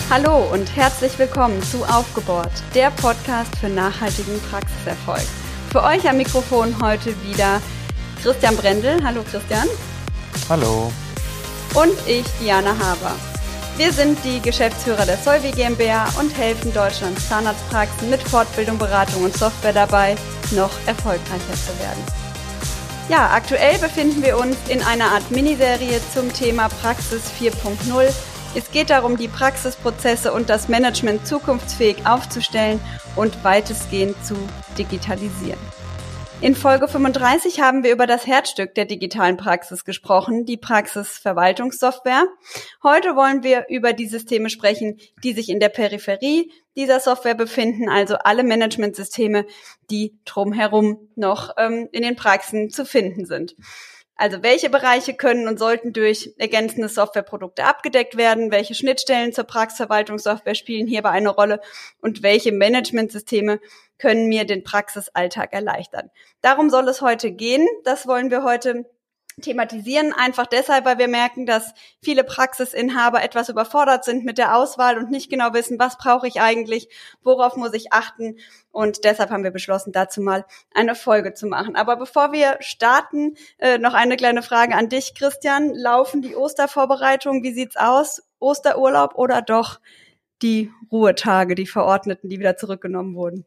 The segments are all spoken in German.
Hallo und herzlich willkommen zu Aufgebohrt, der Podcast für nachhaltigen Praxiserfolg. Für euch am Mikrofon heute wieder Christian Brendel. Hallo Christian. Hallo. Und ich, Diana Haber. Wir sind die Geschäftsführer der Solvi GmbH und helfen Deutschlands Zahnarztpraxen mit Fortbildung, Beratung und Software dabei, noch erfolgreicher zu werden. Ja, aktuell befinden wir uns in einer Art Miniserie zum Thema Praxis 4.0. Es geht darum, die Praxisprozesse und das Management zukunftsfähig aufzustellen und weitestgehend zu digitalisieren. In Folge 35 haben wir über das Herzstück der digitalen Praxis gesprochen, die Praxisverwaltungssoftware. Heute wollen wir über die Systeme sprechen, die sich in der Peripherie dieser Software befinden, also alle Managementsysteme, die drumherum noch in den Praxen zu finden sind. Also welche Bereiche können und sollten durch ergänzende Softwareprodukte abgedeckt werden? Welche Schnittstellen zur Praxisverwaltungssoftware spielen hierbei eine Rolle? Und welche Managementsysteme können mir den Praxisalltag erleichtern? Darum soll es heute gehen. Das wollen wir heute thematisieren, einfach deshalb, weil wir merken, dass viele Praxisinhaber etwas überfordert sind mit der Auswahl und nicht genau wissen, was brauche ich eigentlich, worauf muss ich achten, und deshalb haben wir beschlossen, dazu mal eine Folge zu machen. Aber bevor wir starten, noch eine kleine Frage an dich, Christian. Laufen die Ostervorbereitungen? Wie sieht's aus? Osterurlaub oder doch die Ruhetage, die verordneten, die wieder zurückgenommen wurden?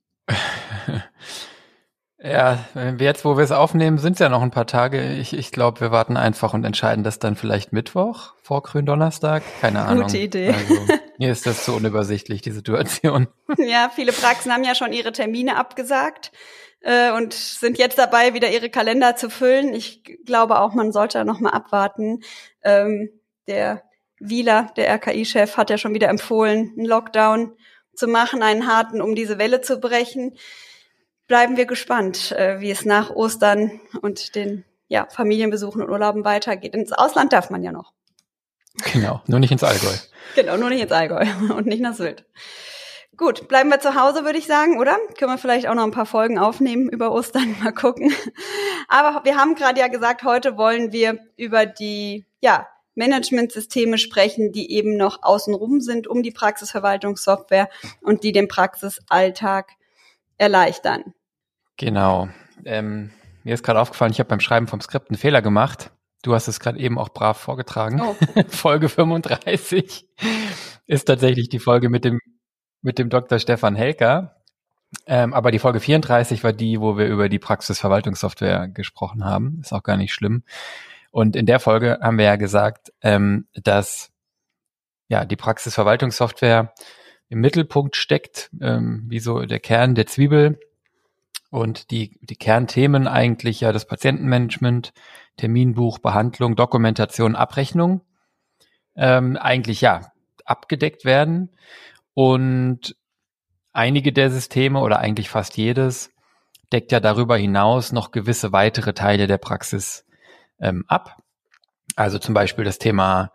Ja, jetzt, wo wir es aufnehmen, sind es ja noch ein paar Tage. Ich glaube, wir warten einfach und entscheiden das dann vielleicht Mittwoch vor Gründonnerstag. Keine Ahnung. Gute Idee. Also, mir ist das zu unübersichtlich, die Situation. Ja, viele Praxen haben ja schon ihre Termine abgesagt und sind jetzt dabei, wieder ihre Kalender zu füllen. Ich glaube auch, man sollte noch mal abwarten. Der Wieler, der RKI-Chef, hat ja schon wieder empfohlen, einen Lockdown zu machen, einen harten, um diese Welle zu brechen. Bleiben wir gespannt, wie es nach Ostern und den Familienbesuchen und Urlauben weitergeht. Ins Ausland darf man ja noch. Genau, nur nicht ins Allgäu. Genau, nur nicht ins Allgäu und nicht nach Sylt. Gut, bleiben wir zu Hause, würde ich sagen, oder? Können wir vielleicht auch noch ein paar Folgen aufnehmen über Ostern, mal gucken. Aber wir haben gerade ja gesagt, heute wollen wir über die Managementsysteme sprechen, die eben noch außenrum sind, um die Praxisverwaltungssoftware und die den Praxisalltag erleichtern. Genau. Mir ist gerade aufgefallen, ich habe beim Schreiben vom Skript einen Fehler gemacht. Du hast es gerade eben auch brav vorgetragen. Oh. Folge 35 ist tatsächlich die Folge mit dem Dr. Stefan Helker. Aber die Folge 34 war die, wo wir über die Praxisverwaltungssoftware gesprochen haben. Ist auch gar nicht schlimm. Und in der Folge haben wir ja gesagt, dass die Praxisverwaltungssoftware im Mittelpunkt steckt, wie so der Kern der Zwiebel, und die Kernthemen eigentlich das Patientenmanagement, Terminbuch, Behandlung, Dokumentation, Abrechnung eigentlich abgedeckt werden, und einige der Systeme oder eigentlich fast jedes deckt ja darüber hinaus noch gewisse weitere Teile der Praxis ab. Also zum Beispiel das Thema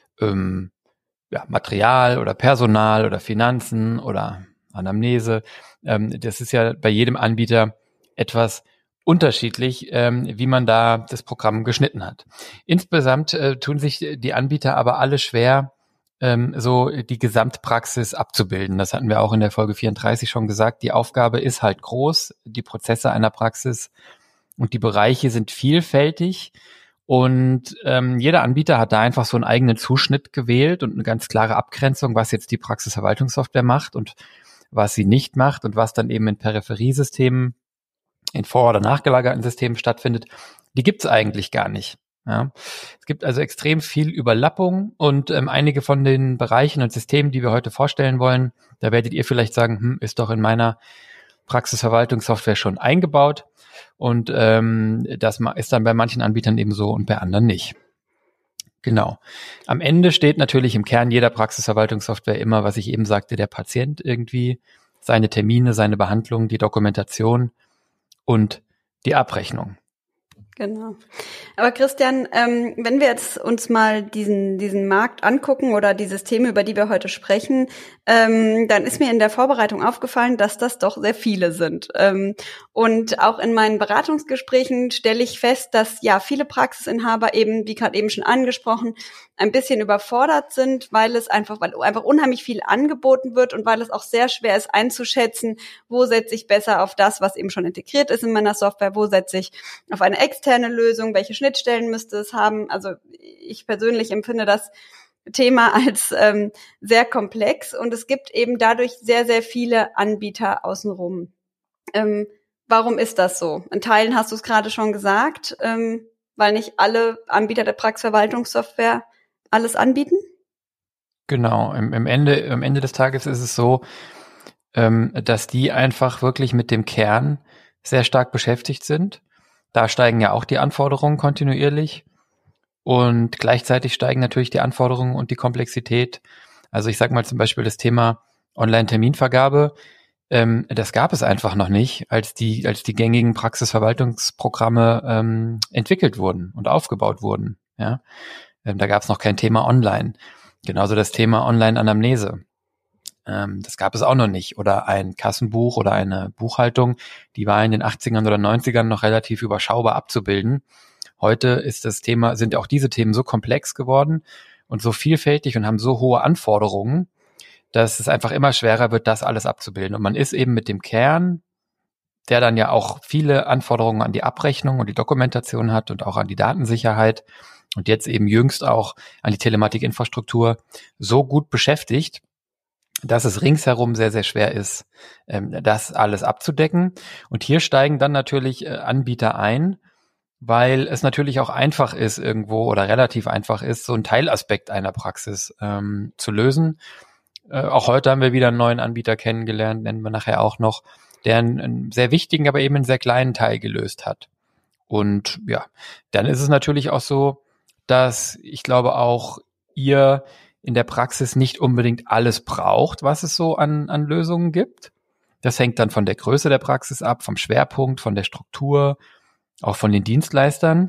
Material oder Personal oder Finanzen oder Anamnese. Das ist ja bei jedem Anbieter etwas unterschiedlich, wie man da das Programm geschnitten hat. Insgesamt tun sich die Anbieter aber alle schwer, so die Gesamtpraxis abzubilden. Das hatten wir auch in der Folge 34 schon gesagt. Die Aufgabe ist halt groß, die Prozesse einer Praxis und die Bereiche sind vielfältig. Und jeder Anbieter hat da einfach so einen eigenen Zuschnitt gewählt und eine ganz klare Abgrenzung, was jetzt die Praxisverwaltungssoftware macht und was sie nicht macht und was dann eben in Peripheriesystemen, in vor- oder nachgelagerten Systemen stattfindet. Die gibt's eigentlich gar nicht. Ja. Es gibt also extrem viel Überlappung, und einige von den Bereichen und Systemen, die wir heute vorstellen wollen, da werdet ihr vielleicht sagen, ist doch in meiner Praxisverwaltungssoftware schon eingebaut. Und das ist dann bei manchen Anbietern eben so und bei anderen nicht. Genau. Am Ende steht natürlich im Kern jeder Praxisverwaltungssoftware immer, was ich eben sagte, der Patient irgendwie, seine Termine, seine Behandlung, die Dokumentation und die Abrechnung. Genau. Aber Christian, wenn wir jetzt uns mal diesen Markt angucken oder die Systeme, über die wir heute sprechen, dann ist mir in der Vorbereitung aufgefallen, dass das doch sehr viele sind. Und auch in meinen Beratungsgesprächen stelle ich fest, dass ja viele Praxisinhaber eben, wie gerade eben schon angesprochen, ein bisschen überfordert sind, weil einfach unheimlich viel angeboten wird und weil es auch sehr schwer ist einzuschätzen, wo setze ich besser auf das, was eben schon integriert ist in meiner Software, wo setze ich auf eine externe Lösung, welche Schnittstellen müsste es haben. Also ich persönlich empfinde das Thema als sehr komplex und es gibt eben dadurch sehr, sehr viele Anbieter außenrum. Warum ist das so? In Teilen hast du es gerade schon gesagt, weil nicht alle Anbieter der Praxisverwaltungssoftware alles anbieten? Genau, am Ende des Tages ist es so, dass die einfach wirklich mit dem Kern sehr stark beschäftigt sind. Da steigen ja auch die Anforderungen kontinuierlich und gleichzeitig steigen natürlich die Anforderungen und die Komplexität. Also ich sage mal zum Beispiel das Thema Online-Terminvergabe, das gab es einfach noch nicht, als die gängigen Praxisverwaltungsprogramme entwickelt wurden und aufgebaut wurden. Ja, da gab es noch kein Thema Online. Genauso das Thema Online-Anamnese. Das gab es auch noch nicht. Oder ein Kassenbuch oder eine Buchhaltung, die war in den 80ern oder 90ern noch relativ überschaubar abzubilden. Heute sind auch diese Themen so komplex geworden und so vielfältig und haben so hohe Anforderungen, dass es einfach immer schwerer wird, das alles abzubilden. Und man ist eben mit dem Kern, der dann ja auch viele Anforderungen an die Abrechnung und die Dokumentation hat und auch an die Datensicherheit und jetzt eben jüngst auch an die Telematikinfrastruktur so gut beschäftigt, dass es ringsherum sehr, sehr schwer ist, das alles abzudecken. Und hier steigen dann natürlich Anbieter ein, weil es natürlich auch einfach ist irgendwo oder relativ einfach ist, so einen Teilaspekt einer Praxis zu lösen. Auch heute haben wir wieder einen neuen Anbieter kennengelernt, nennen wir nachher auch noch, der einen sehr wichtigen, aber eben einen sehr kleinen Teil gelöst hat. Und ja, dann ist es natürlich auch so, dass ich glaube auch ihr in der Praxis nicht unbedingt alles braucht, was es so an Lösungen gibt. Das hängt dann von der Größe der Praxis ab, vom Schwerpunkt, von der Struktur, auch von den Dienstleistern.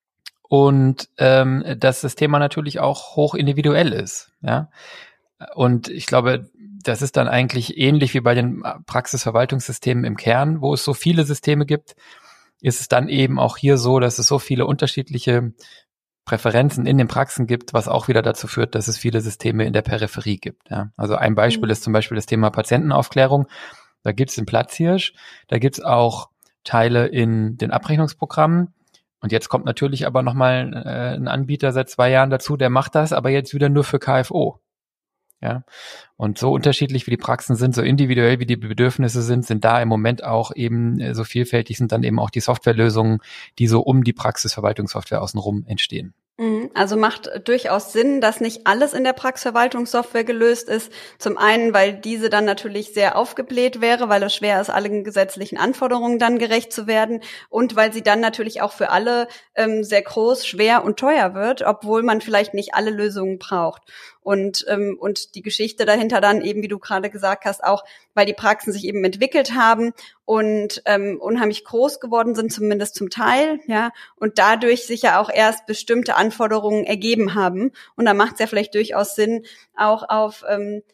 Und dass das Thema natürlich auch hoch individuell ist. Ja. Und ich glaube, das ist dann eigentlich ähnlich wie bei den Praxisverwaltungssystemen im Kern, wo es so viele Systeme gibt, ist es dann eben auch hier so, dass es so viele unterschiedliche Präferenzen in den Praxen gibt, was auch wieder dazu führt, dass es viele Systeme in der Peripherie gibt. Ja. Also ein Beispiel ist zum Beispiel das Thema Patientenaufklärung. Da gibt es den Platzhirsch, da gibt es auch Teile in den Abrechnungsprogrammen. Und jetzt kommt natürlich aber nochmal ein Anbieter seit 2 Jahren dazu, der macht das, aber jetzt wieder nur für KFO. Ja. Und so unterschiedlich wie die Praxen sind, so individuell wie die Bedürfnisse sind da im Moment auch eben so vielfältig sind dann eben auch die Softwarelösungen, die so um die Praxisverwaltungssoftware außenrum entstehen. Also macht durchaus Sinn, dass nicht alles in der Praxisverwaltungssoftware gelöst ist. Zum einen, weil diese dann natürlich sehr aufgebläht wäre, weil es schwer ist, allen gesetzlichen Anforderungen dann gerecht zu werden und weil sie dann natürlich auch für alle sehr groß, schwer und teuer wird, obwohl man vielleicht nicht alle Lösungen braucht. Und die Geschichte dahinter dann eben, wie du gerade gesagt hast, auch, weil die Praxen sich eben entwickelt haben und unheimlich groß geworden sind, zumindest zum Teil, ja, und dadurch sich ja auch erst bestimmte Anforderungen ergeben haben. Und da macht es ja vielleicht durchaus Sinn, auch auf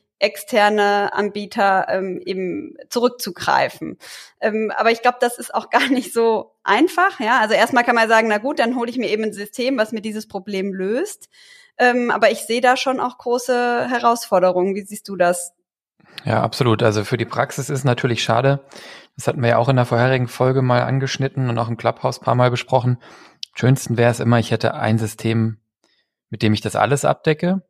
externe Anbieter eben zurückzugreifen. Aber ich glaube, das ist auch gar nicht so einfach, ja. Also erstmal kann man sagen, na gut, dann hole ich mir eben ein System, was mir dieses Problem löst. Aber ich sehe da schon auch große Herausforderungen. Wie siehst du das? Ja, absolut. Also für die Praxis ist natürlich schade. Das hatten wir ja auch in der vorherigen Folge mal angeschnitten und auch im Clubhouse ein paar Mal besprochen. Am schönsten wäre es immer, ich hätte ein System, mit dem ich das alles abdecke.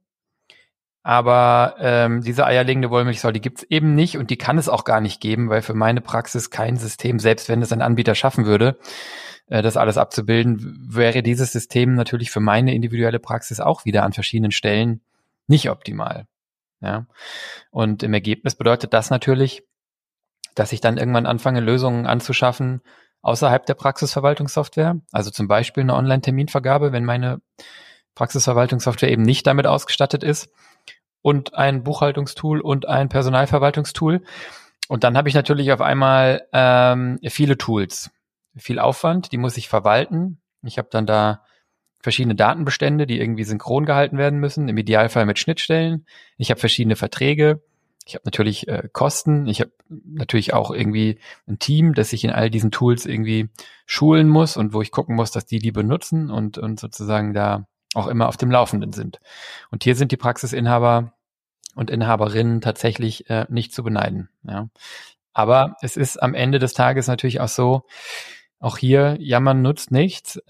Aber diese eierlegende Wollmilchsau, die gibt's eben nicht und die kann es auch gar nicht geben, weil für meine Praxis kein System, selbst wenn es ein Anbieter schaffen würde, das alles abzubilden, wäre dieses System natürlich für meine individuelle Praxis auch wieder an verschiedenen Stellen nicht optimal. Ja. Und im Ergebnis bedeutet das natürlich, dass ich dann irgendwann anfange, Lösungen anzuschaffen außerhalb der Praxisverwaltungssoftware. Also zum Beispiel eine Online-Terminvergabe, wenn meine Praxisverwaltungssoftware eben nicht damit ausgestattet ist und ein Buchhaltungstool und ein Personalverwaltungstool. Und dann habe ich natürlich auf einmal viele Tools, viel Aufwand, die muss ich verwalten. Ich habe dann da verschiedene Datenbestände, die irgendwie synchron gehalten werden müssen, im Idealfall mit Schnittstellen. Ich habe verschiedene Verträge. Ich habe natürlich Kosten. Ich habe natürlich auch irgendwie ein Team, das sich in all diesen Tools irgendwie schulen muss und wo ich gucken muss, dass die benutzen und sozusagen da auch immer auf dem Laufenden sind. Und hier sind die Praxisinhaber und Inhaberinnen tatsächlich nicht zu beneiden. Ja. Aber es ist am Ende des Tages natürlich auch so, auch hier jammern nutzt nichts.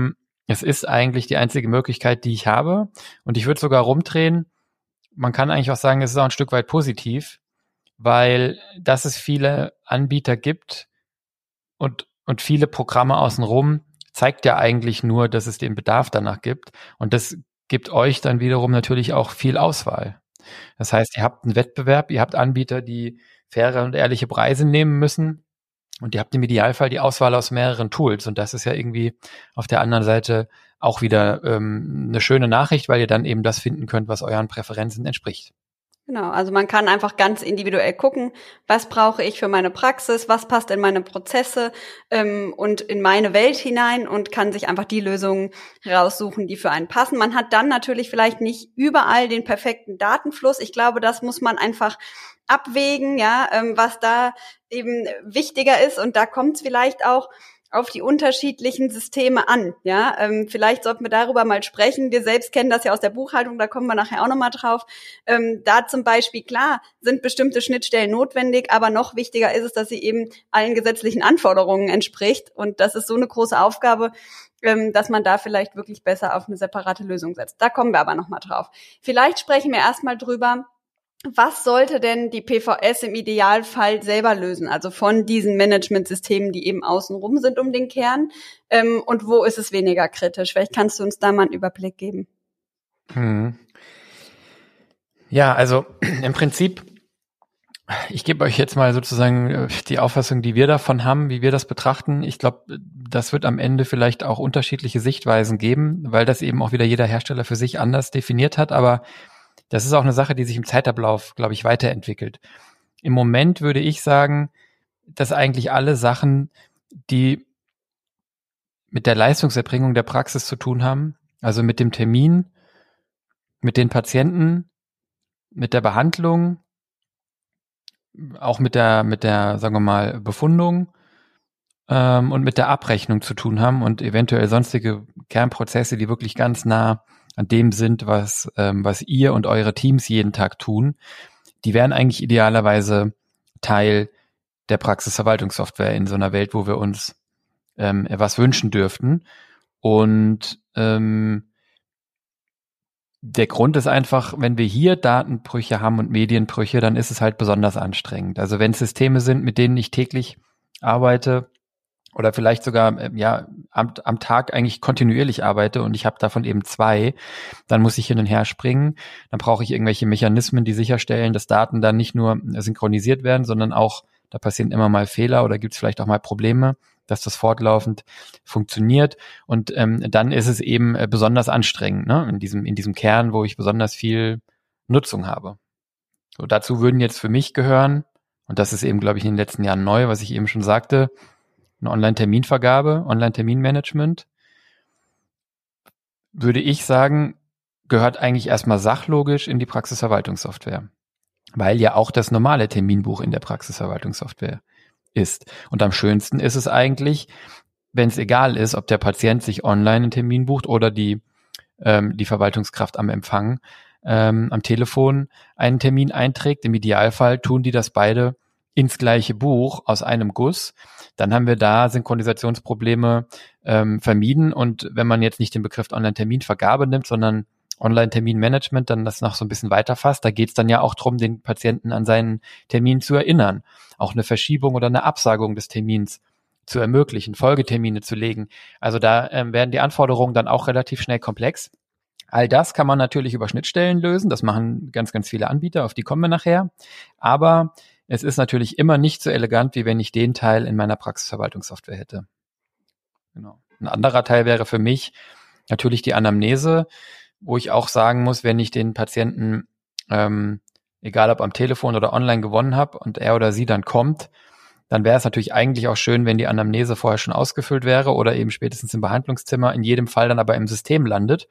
Es ist eigentlich die einzige Möglichkeit, die ich habe. Und ich würde sogar rumdrehen. Man kann eigentlich auch sagen, es ist auch ein Stück weit positiv, weil dass es viele Anbieter gibt und viele Programme außenrum, zeigt ja eigentlich nur, dass es den Bedarf danach gibt. Und das gibt euch dann wiederum natürlich auch viel Auswahl. Das heißt, ihr habt einen Wettbewerb, ihr habt Anbieter, die faire und ehrliche Preise nehmen müssen. Und ihr habt im Idealfall die Auswahl aus mehreren Tools. Und das ist ja irgendwie auf der anderen Seite auch wieder eine schöne Nachricht, weil ihr dann eben das finden könnt, was euren Präferenzen entspricht. Genau, also man kann einfach ganz individuell gucken, was brauche ich für meine Praxis, was passt in meine Prozesse und in meine Welt hinein und kann sich einfach die Lösungen raussuchen, die für einen passen. Man hat dann natürlich vielleicht nicht überall den perfekten Datenfluss. Ich glaube, das muss man einfach abwägen, ja, was da eben wichtiger ist. Und da kommt es vielleicht auch auf die unterschiedlichen Systeme an, ja. Vielleicht sollten wir darüber mal sprechen. Wir selbst kennen das ja aus der Buchhaltung, da kommen wir nachher auch nochmal drauf. Da zum Beispiel, klar, sind bestimmte Schnittstellen notwendig, aber noch wichtiger ist es, dass sie eben allen gesetzlichen Anforderungen entspricht. Und das ist so eine große Aufgabe, dass man da vielleicht wirklich besser auf eine separate Lösung setzt. Da kommen wir aber nochmal drauf. Vielleicht sprechen wir erstmal drüber, was sollte denn die PVS im Idealfall selber lösen? Also von diesen Managementsystemen, die eben außenrum sind um den Kern. Und wo ist es weniger kritisch? Vielleicht kannst du uns da mal einen Überblick geben. Ja, also im Prinzip, ich gebe euch jetzt mal sozusagen die Auffassung, die wir davon haben, wie wir das betrachten. Ich glaube, das wird am Ende vielleicht auch unterschiedliche Sichtweisen geben, weil das eben auch wieder jeder Hersteller für sich anders definiert hat. Aber das ist auch eine Sache, die sich im Zeitablauf, glaube ich, weiterentwickelt. Im Moment würde ich sagen, dass eigentlich alle Sachen, die mit der Leistungserbringung der Praxis zu tun haben, also mit dem Termin, mit den Patienten, mit der Behandlung, auch mit der, sagen wir mal, Befundung und mit der Abrechnung zu tun haben und eventuell sonstige Kernprozesse, die wirklich ganz nah an dem sind, was ihr und eure Teams jeden Tag tun, die wären eigentlich idealerweise Teil der Praxisverwaltungssoftware in so einer Welt, wo wir uns was wünschen dürften. Und der Grund ist einfach, wenn wir hier Datenbrüche haben und Medienbrüche, dann ist es halt besonders anstrengend. Also wenn es Systeme sind, mit denen ich täglich arbeite, oder vielleicht sogar am Tag eigentlich kontinuierlich arbeite und ich habe davon eben 2, dann muss ich hin und her springen. Dann brauche ich irgendwelche Mechanismen, die sicherstellen, dass Daten dann nicht nur synchronisiert werden, sondern auch, da passieren immer mal Fehler oder gibt es vielleicht auch mal Probleme, dass das fortlaufend funktioniert. Und dann ist es eben besonders anstrengend, ne? In diesem Kern, wo ich besonders viel Nutzung habe. So, dazu würden jetzt für mich gehören, und das ist eben, glaube ich, in den letzten Jahren neu, was ich eben schon sagte, eine Online-Terminvergabe, Online-Terminmanagement, würde ich sagen, gehört eigentlich erstmal sachlogisch in die Praxisverwaltungssoftware, weil ja auch das normale Terminbuch in der Praxisverwaltungssoftware ist. Und am schönsten ist es eigentlich, wenn es egal ist, ob der Patient sich online einen Termin bucht oder die Verwaltungskraft am Empfang am Telefon einen Termin einträgt. Im Idealfall tun die das beide ins gleiche Buch aus einem Guss. Dann haben wir da Synchronisationsprobleme vermieden. Und wenn man jetzt nicht den Begriff Online-Terminvergabe nimmt, sondern Online-Terminmanagement, dann das noch so ein bisschen weiterfasst, da geht es dann ja auch darum, den Patienten an seinen Termin zu erinnern, auch eine Verschiebung oder eine Absagung des Termins zu ermöglichen, Folgetermine zu legen. Also da werden die Anforderungen dann auch relativ schnell komplex. All das kann man natürlich über Schnittstellen lösen. Das machen ganz, ganz viele Anbieter, auf die kommen wir nachher. Aber es ist natürlich immer nicht so elegant, wie wenn ich den Teil in meiner Praxisverwaltungssoftware hätte. Genau. Ein anderer Teil wäre für mich natürlich die Anamnese, wo ich auch sagen muss, wenn ich den Patienten, egal ob am Telefon oder online gewonnen habe und er oder sie dann kommt, dann wäre es natürlich eigentlich auch schön, wenn die Anamnese vorher schon ausgefüllt wäre oder eben spätestens im Behandlungszimmer, in jedem Fall dann aber im System landet.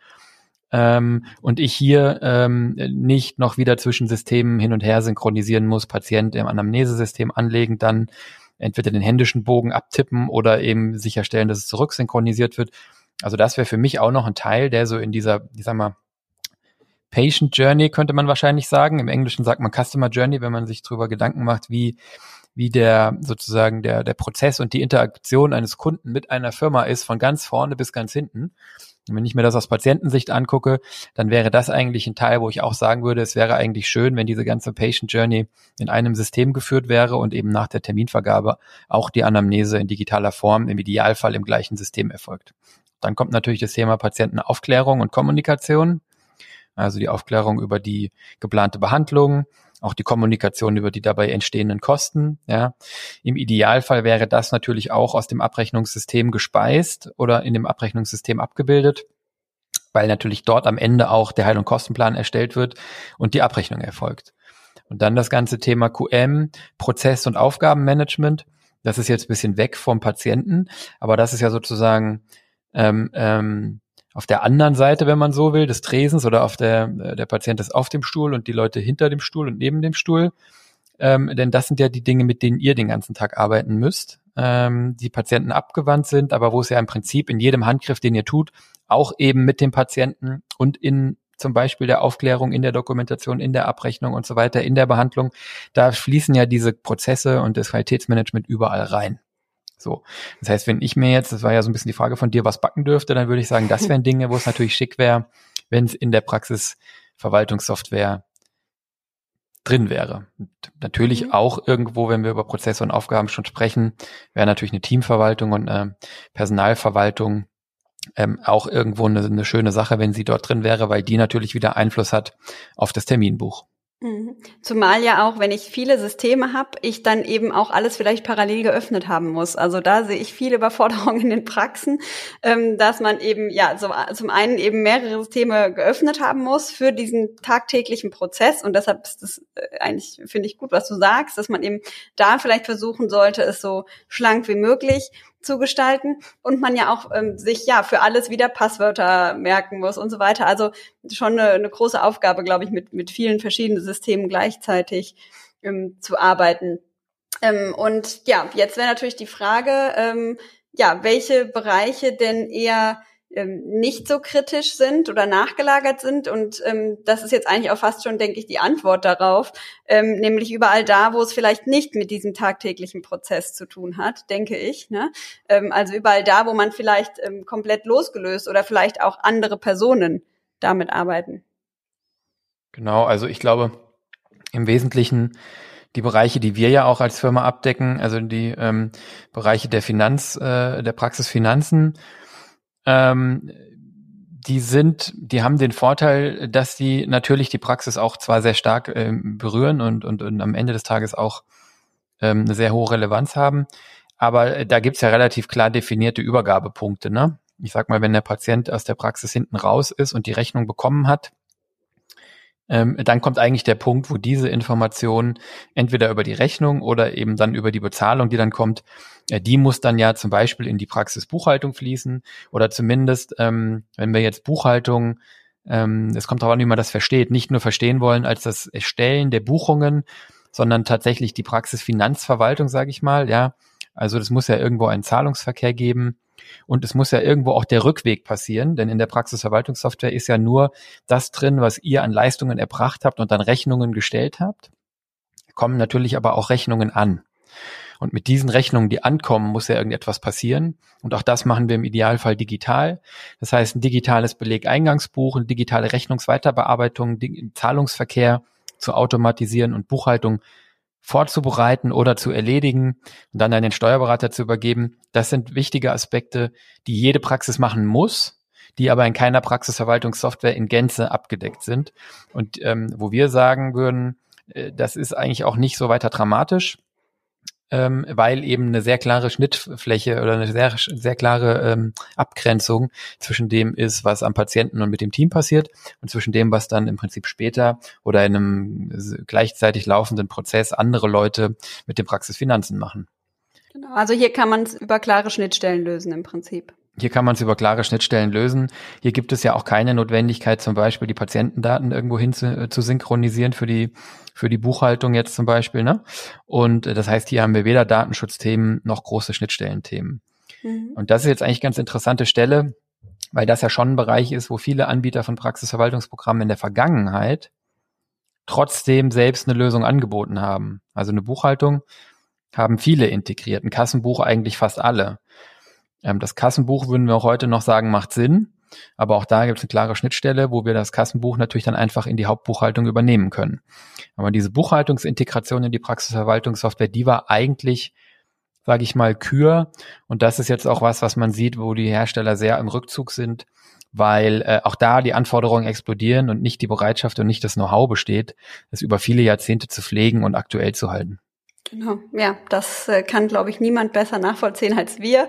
Und ich hier nicht noch wieder zwischen Systemen hin und her synchronisieren muss, Patient im Anamnesesystem anlegen, dann entweder den händischen Bogen abtippen oder eben sicherstellen, dass es zurücksynchronisiert wird. Also das wäre für mich auch noch ein Teil, der so in dieser, ich sag mal, Patient Journey könnte man wahrscheinlich sagen. Im Englischen sagt man Customer Journey, wenn man sich darüber Gedanken macht, wie der sozusagen der Prozess und die Interaktion eines Kunden mit einer Firma ist, von ganz vorne bis ganz hinten. Und wenn ich mir das aus Patientensicht angucke, dann wäre das eigentlich ein Teil, wo ich auch sagen würde, es wäre eigentlich schön, wenn diese ganze Patient Journey in einem System geführt wäre und eben nach der Terminvergabe auch die Anamnese in digitaler Form im Idealfall im gleichen System erfolgt. Dann kommt natürlich das Thema Patientenaufklärung und Kommunikation, also die Aufklärung über die geplante Behandlung, auch die Kommunikation über die dabei entstehenden Kosten. Ja. Im Idealfall wäre das natürlich auch aus dem Abrechnungssystem gespeist oder in dem Abrechnungssystem abgebildet, weil natürlich dort am Ende auch der Heil- und Kostenplan erstellt wird und die Abrechnung erfolgt. Und dann das ganze Thema QM, Prozess- und Aufgabenmanagement. Das ist jetzt ein bisschen weg vom Patienten, aber das ist ja sozusagen auf der anderen Seite, wenn man so will, des Tresens oder auf der Patient ist auf dem Stuhl und die Leute hinter dem Stuhl und neben dem Stuhl. Denn das sind ja die Dinge, mit denen ihr den ganzen Tag arbeiten müsst, die Patienten abgewandt sind, aber wo es ja im Prinzip in jedem Handgriff, den ihr tut, auch eben mit dem Patienten und in zum Beispiel der Aufklärung, in der Dokumentation, in der Abrechnung und so weiter, in der Behandlung, da fließen ja diese Prozesse und das Qualitätsmanagement überall rein. So, das heißt, wenn ich mir jetzt, das war ja so ein bisschen die Frage von dir, was backen dürfte, dann würde ich sagen, das wären Dinge, wo es natürlich schick wäre, wenn es in der Praxisverwaltungssoftware drin wäre. Und natürlich auch irgendwo, wenn wir über Prozesse und Aufgaben schon sprechen, wäre natürlich eine Teamverwaltung und eine Personalverwaltung auch irgendwo eine schöne Sache, wenn sie dort drin wäre, weil die natürlich wieder Einfluss hat auf das Terminbuch. Zumal ja auch, wenn ich viele Systeme habe, ich dann eben auch alles vielleicht parallel geöffnet haben muss. Also da sehe ich viele Überforderungen in den Praxen, dass man eben ja so zum einen eben mehrere Systeme geöffnet haben muss für diesen tagtäglichen Prozess. Und deshalb ist das eigentlich, finde ich gut, was du sagst, dass man eben da vielleicht versuchen sollte, es so schlank wie möglich zu gestalten und man ja auch sich ja für alles wieder Passwörter merken muss und so weiter. Also schon eine große Aufgabe, glaube ich, mit vielen verschiedenen Systemen gleichzeitig zu arbeiten. Und ja, jetzt wäre natürlich die Frage, ja, welche Bereiche denn eher nicht so kritisch sind oder nachgelagert sind. Und das ist jetzt eigentlich auch fast schon, denke ich, die Antwort darauf, nämlich überall da, wo es vielleicht nicht mit diesem tagtäglichen Prozess zu tun hat, denke ich. Ne? Also überall da, wo man vielleicht komplett losgelöst oder vielleicht auch andere Personen damit arbeiten. Genau, also ich glaube, im Wesentlichen die Bereiche, die wir ja auch als Firma abdecken, also die Bereiche der der Praxisfinanzen, die haben den Vorteil, dass die natürlich die Praxis auch zwar sehr stark berühren und am Ende des Tages auch eine sehr hohe Relevanz haben, aber da gibt's ja relativ klar definierte Übergabepunkte, ne? Ich sag mal, wenn der Patient aus der Praxis hinten raus ist und die Rechnung bekommen hat, dann kommt eigentlich der Punkt, wo diese Information entweder über die Rechnung oder eben dann über die Bezahlung, die dann kommt, die muss dann ja zum Beispiel in die Praxisbuchhaltung fließen oder zumindest, wenn wir jetzt Buchhaltung, es kommt darauf an, wie man das versteht, nicht nur verstehen wollen als das Erstellen der Buchungen, sondern tatsächlich die Praxisfinanzverwaltung, sage ich mal, ja. Also das muss ja irgendwo einen Zahlungsverkehr geben. Und es muss ja irgendwo auch der Rückweg passieren, denn in der Praxisverwaltungssoftware ist ja nur das drin, was ihr an Leistungen erbracht habt und dann Rechnungen gestellt habt. Kommen natürlich aber auch Rechnungen an. Und mit diesen Rechnungen, die ankommen, muss ja irgendetwas passieren. Und auch das machen wir im Idealfall digital. Das heißt, ein digitales Belegeingangsbuch, eine digitale Rechnungsweiterbearbeitung, Zahlungsverkehr zu automatisieren und Buchhaltung vorzubereiten oder zu erledigen und dann an den Steuerberater zu übergeben. Das sind wichtige Aspekte, die jede Praxis machen muss, die aber in keiner Praxisverwaltungssoftware in Gänze abgedeckt sind. Und wo wir sagen würden, das ist eigentlich auch nicht so weiter dramatisch, weil eben eine sehr klare Schnittfläche oder eine sehr, sehr klare Abgrenzung zwischen dem ist, was am Patienten und mit dem Team passiert und zwischen dem, was dann im Prinzip später oder in einem gleichzeitig laufenden Prozess andere Leute mit den Praxisfinanzen machen. Genau. Also hier kann man es über klare Schnittstellen lösen im Prinzip. Hier kann man es über klare Schnittstellen lösen. Hier gibt es ja auch keine Notwendigkeit, zum Beispiel die Patientendaten irgendwo hin zu synchronisieren für die Buchhaltung jetzt zum Beispiel, ne? Und das heißt, hier haben wir weder Datenschutzthemen noch große Schnittstellenthemen. Und das ist jetzt eigentlich ganz interessante Stelle, weil das ja schon ein Bereich ist, wo viele Anbieter von Praxisverwaltungsprogrammen in der Vergangenheit trotzdem selbst eine Lösung angeboten haben. Also eine Buchhaltung haben viele integriert, ein Kassenbuch eigentlich fast alle. Das Kassenbuch würden wir auch heute noch sagen, macht Sinn, aber auch da gibt es eine klare Schnittstelle, wo wir das Kassenbuch natürlich dann einfach in die Hauptbuchhaltung übernehmen können. Aber diese Buchhaltungsintegration in die Praxisverwaltungssoftware, die war eigentlich, sage ich mal, Kür, und das ist jetzt auch was man sieht, wo die Hersteller sehr im Rückzug sind, weil auch da die Anforderungen explodieren und nicht die Bereitschaft und nicht das Know-how besteht, das über viele Jahrzehnte zu pflegen und aktuell zu halten. Genau, ja, das kann, glaube ich, niemand besser nachvollziehen als wir,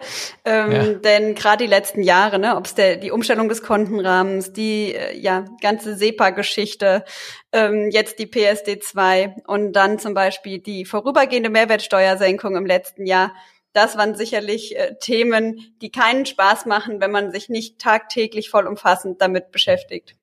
denn gerade die letzten Jahre, ne, ob es die Umstellung des Kontenrahmens, die ganze SEPA-Geschichte, jetzt die PSD2 und dann zum Beispiel die vorübergehende Mehrwertsteuersenkung im letzten Jahr, das waren sicherlich Themen, die keinen Spaß machen, wenn man sich nicht tagtäglich vollumfassend damit beschäftigt.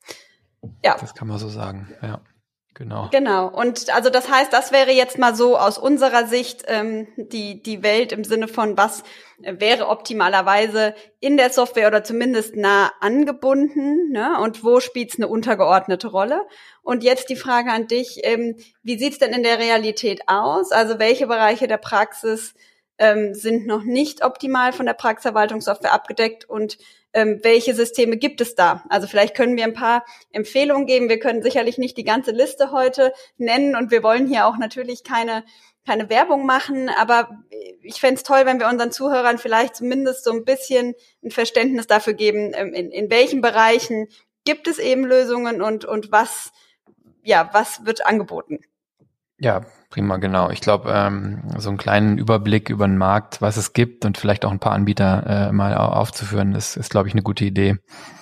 Ja, das kann man so sagen, ja. Genau. Und also das heißt, das wäre jetzt mal so aus unserer Sicht die Welt im Sinne von, was wäre optimalerweise in der Software oder zumindest nah angebunden, ne? Und wo spielt es eine untergeordnete Rolle? Und jetzt die Frage an dich, wie sieht's denn in der Realität aus? Also welche Bereiche der Praxis sind noch nicht optimal von der Praxisverwaltungssoftware abgedeckt und welche Systeme gibt es da? Also vielleicht können wir ein paar Empfehlungen geben. Wir können sicherlich nicht die ganze Liste heute nennen und wir wollen hier auch natürlich keine Werbung machen, aber ich fände es toll, wenn wir unseren Zuhörern vielleicht zumindest so ein bisschen ein Verständnis dafür geben, in welchen Bereichen gibt es eben Lösungen und was wird angeboten? Ja, prima, genau. Ich glaube, so einen kleinen Überblick über den Markt, was es gibt und vielleicht auch ein paar Anbieter mal aufzuführen, ist glaube ich, eine gute Idee.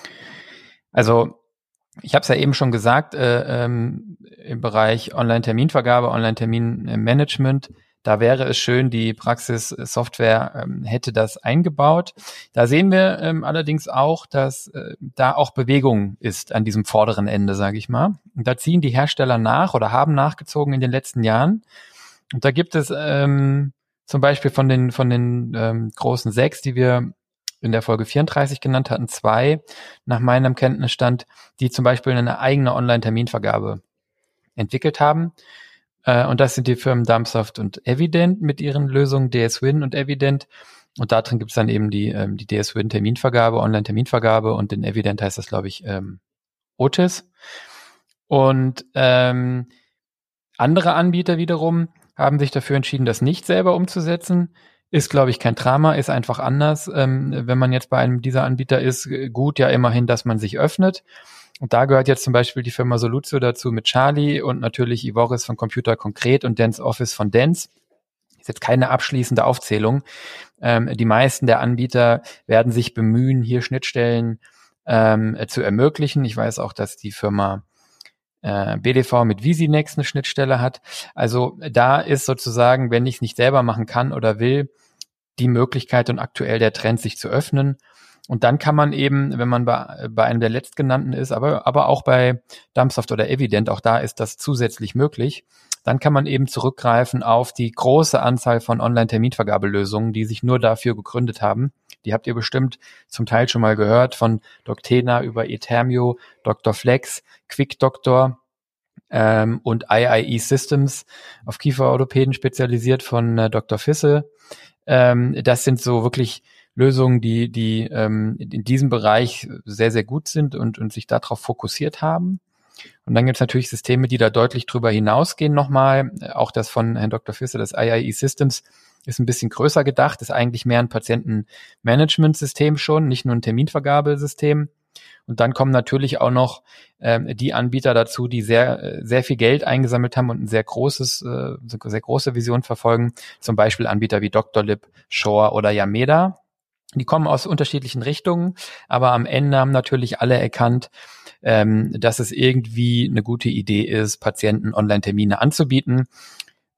Also ich habe es ja eben schon gesagt, im Bereich Online-Terminvergabe, Online-Terminmanagement, da wäre es schön, die Praxissoftware hätte das eingebaut. Da sehen wir allerdings auch, dass da auch Bewegung ist an diesem vorderen Ende, sage ich mal. Und da ziehen die Hersteller nach oder haben nachgezogen in den letzten Jahren. Und da gibt es zum Beispiel von den großen 6, die wir in der Folge 34 genannt hatten, 2 nach meinem Kenntnisstand, die zum Beispiel eine eigene Online-Terminvergabe entwickelt haben. Und das sind die Firmen Dumpsoft und Evident mit ihren Lösungen DSWin und Evident. Und da drin gibt es dann eben die DSWin Terminvergabe, Online-Terminvergabe und in Evident heißt das, glaube ich, Otis. Und andere Anbieter wiederum haben sich dafür entschieden, das nicht selber umzusetzen. Ist, glaube ich, kein Drama, ist einfach anders. Wenn man jetzt bei einem dieser Anbieter ist, gut ja immerhin, dass man sich öffnet. Und da gehört jetzt zum Beispiel die Firma Solutio dazu mit Charlie und natürlich Ivoris von Computer Konkret und Dance Office von Dance. Ist jetzt keine abschließende Aufzählung. Die meisten der Anbieter werden sich bemühen, hier Schnittstellen zu ermöglichen. Ich weiß auch, dass die Firma BDV mit Visinex eine Schnittstelle hat. Also da ist sozusagen, wenn ich es nicht selber machen kann oder will, die Möglichkeit und aktuell der Trend, sich zu öffnen. Und dann kann man eben, wenn man bei einem der letztgenannten ist, aber auch bei Dumpsoft oder Evident, auch da ist das zusätzlich möglich, dann kann man eben zurückgreifen auf die große Anzahl von Online-Terminvergabelösungen, die sich nur dafür gegründet haben. Die habt ihr bestimmt zum Teil schon mal gehört, von Doctena über Etermio, Dr. Flex, QuickDoctor und IIE Systems, auf Kieferorthopäden spezialisiert von Dr. Fisse. Das sind so wirklich Lösungen, die in diesem Bereich sehr, sehr gut sind und sich darauf fokussiert haben. Und dann gibt es natürlich Systeme, die da deutlich drüber hinausgehen nochmal. Auch das von Herrn Dr. Fisse, das IIE Systems, ist ein bisschen größer gedacht, ist eigentlich mehr ein Patientenmanagementsystem schon, nicht nur ein Terminvergabesystem. Und dann kommen natürlich auch noch die Anbieter dazu, die sehr, sehr viel Geld eingesammelt haben und ein sehr große Vision verfolgen. Zum Beispiel Anbieter wie Doctolib, Shore oder Yameda. Die kommen aus unterschiedlichen Richtungen, aber am Ende haben natürlich alle erkannt, dass es irgendwie eine gute Idee ist, Patienten Online-Termine anzubieten.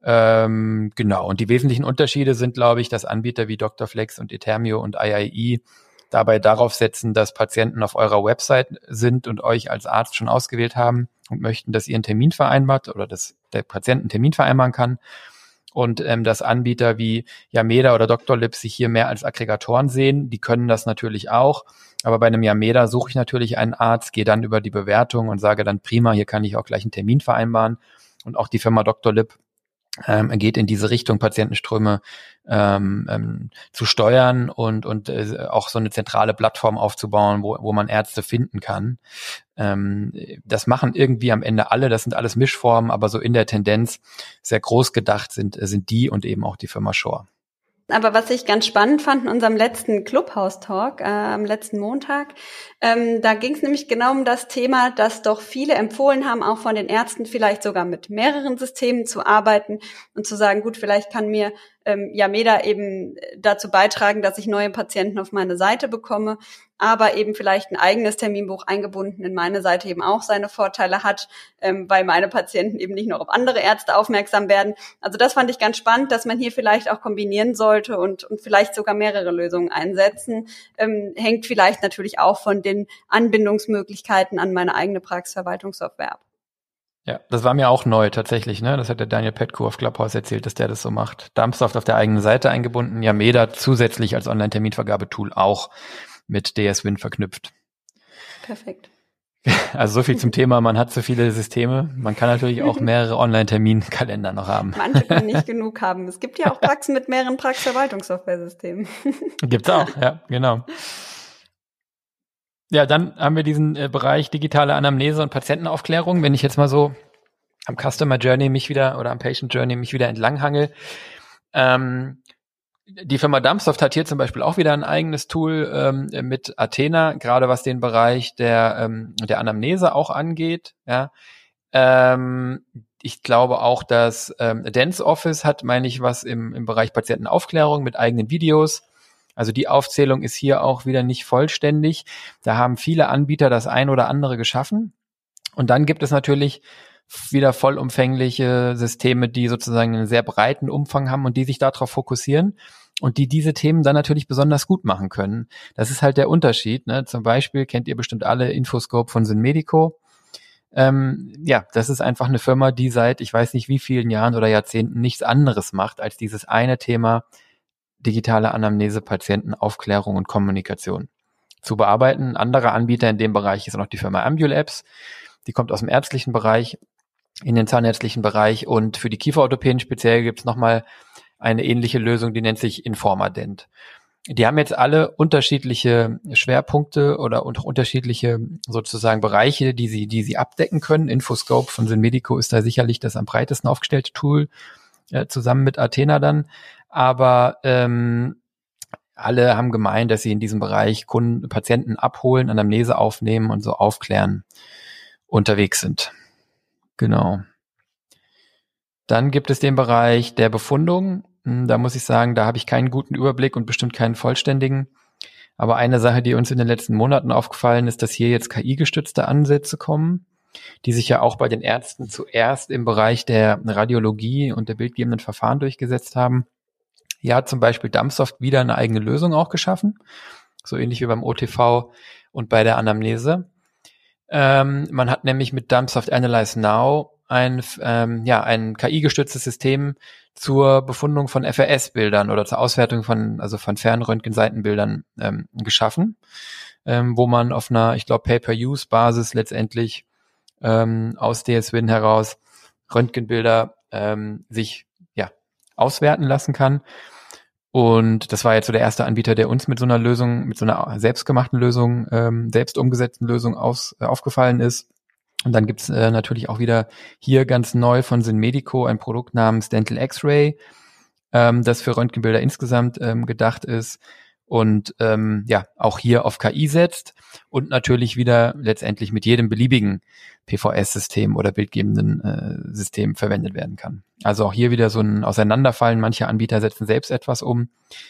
Genau. Und die wesentlichen Unterschiede sind, glaube ich, dass Anbieter wie Dr. Flex und Etermio und II dabei darauf setzen, dass Patienten auf eurer Website sind und euch als Arzt schon ausgewählt haben und möchten, dass ihr einen Termin vereinbart oder dass der Patient einen Termin vereinbaren kann. Und dass Anbieter wie Yameda oder Dr. Lib sich hier mehr als Aggregatoren sehen. Die können das natürlich auch. Aber bei einem Yameda suche ich natürlich einen Arzt, gehe dann über die Bewertung und sage dann, prima, hier kann ich auch gleich einen Termin vereinbaren. Und auch die Firma Dr. Lib geht in diese Richtung, Patientenströme zu steuern und auch so eine zentrale Plattform aufzubauen, wo man Ärzte finden kann. Das machen irgendwie am Ende alle, das sind alles Mischformen, aber so in der Tendenz sehr groß gedacht sind die und eben auch die Firma Shore. Aber was ich ganz spannend fand in unserem letzten Clubhouse-Talk am letzten Montag, da ging es nämlich genau um das Thema, dass doch viele empfohlen haben, auch von den Ärzten vielleicht sogar mit mehreren Systemen zu arbeiten und zu sagen, gut, vielleicht kann mir Yameda eben dazu beitragen, dass ich neue Patienten auf meine Seite bekomme, aber eben vielleicht ein eigenes Terminbuch eingebunden in meine Seite eben auch seine Vorteile hat, weil meine Patienten eben nicht nur auf andere Ärzte aufmerksam werden. Also das fand ich ganz spannend, dass man hier vielleicht auch kombinieren sollte und vielleicht sogar mehrere Lösungen einsetzen. Hängt vielleicht natürlich auch von den Anbindungsmöglichkeiten an meine eigene Praxisverwaltungssoftware ab. Ja, das war mir auch neu tatsächlich, ne? Das hat der Daniel Petko auf Clubhouse erzählt, dass der das so macht. Dumpsoft auf der eigenen Seite eingebunden, Yameda zusätzlich als Online-Terminvergabetool auch mit DS-Win verknüpft. Perfekt. Also so viel zum Thema, man hat so viele Systeme. Man kann natürlich auch mehrere Online-Terminkalender noch haben. Manche können nicht genug haben. Es gibt ja auch Praxen mit mehreren Praxisverwaltungssoftware-Systemen. Gibt's auch, ja, genau. Ja, dann haben wir diesen Bereich digitale Anamnese und Patientenaufklärung. Wenn ich jetzt mal so am Customer Journey am Patient Journey mich wieder entlanghangel. Die Firma Dumpsoft hat hier zum Beispiel auch wieder ein eigenes Tool mit Athena, gerade was den Bereich der Anamnese auch angeht. Ja. Ich glaube auch, dass Dance Office hat, meine ich, was im Bereich Patientenaufklärung mit eigenen Videos. Also die Aufzählung ist hier auch wieder nicht vollständig. Da haben viele Anbieter das ein oder andere geschaffen. Und dann gibt es natürlich wieder vollumfängliche Systeme, die sozusagen einen sehr breiten Umfang haben und die sich darauf fokussieren und die diese Themen dann natürlich besonders gut machen können. Das ist halt der Unterschied. Ne? Zum Beispiel kennt ihr bestimmt alle Infoscope von Synmedico. Das ist einfach eine Firma, die seit ich weiß nicht wie vielen Jahren oder Jahrzehnten nichts anderes macht, als dieses eine Thema digitale Anamnese, Patientenaufklärung und Kommunikation zu bearbeiten. Ein anderer Anbieter in dem Bereich ist noch die Firma Ambulabs. Die kommt aus dem ärztlichen Bereich in den zahnärztlichen Bereich und für die Kieferorthopäden speziell gibt es nochmal eine ähnliche Lösung, die nennt sich Informadent. Die haben jetzt alle unterschiedliche Schwerpunkte oder unterschiedliche sozusagen Bereiche, die sie abdecken können. Infoscope von Synmedico ist da sicherlich das am breitesten aufgestellte Tool, zusammen mit Athena dann. Aber alle haben gemeint, dass sie in diesem Bereich Patienten abholen, Anamnese aufnehmen und so aufklären unterwegs sind. Genau. Dann gibt es den Bereich der Befundung. Da muss ich sagen, da habe ich keinen guten Überblick und bestimmt keinen vollständigen. Aber eine Sache, die uns in den letzten Monaten aufgefallen ist, dass hier jetzt KI-gestützte Ansätze kommen, die sich ja auch bei den Ärzten zuerst im Bereich der Radiologie und der bildgebenden Verfahren durchgesetzt haben. Hier hat zum Beispiel Dumpsoft wieder eine eigene Lösung auch geschaffen, so ähnlich wie beim OTV und bei der Anamnese. Man hat nämlich mit Dumpsoft Analyze Now ein KI-gestütztes System zur Befundung von FRS-Bildern oder zur Auswertung von Fernröntgenseitenbildern geschaffen, wo man auf einer, ich glaube, Pay-per-Use-Basis letztendlich aus DS-Win heraus Röntgenbilder sich auswerten lassen kann. Und das war jetzt so der erste Anbieter, der uns mit so einer Lösung, mit so einer selbstgemachten Lösung, selbst umgesetzten Lösung aufgefallen ist. Und dann gibt's natürlich auch wieder hier ganz neu von Synmedico ein Produkt namens Dental X-Ray, das für Röntgenbilder insgesamt gedacht ist und auch hier auf KI setzt und natürlich wieder letztendlich mit jedem beliebigen PVS-System oder bildgebenden System verwendet werden kann. Also auch hier wieder so ein Auseinanderfallen. Manche Anbieter setzen selbst etwas um.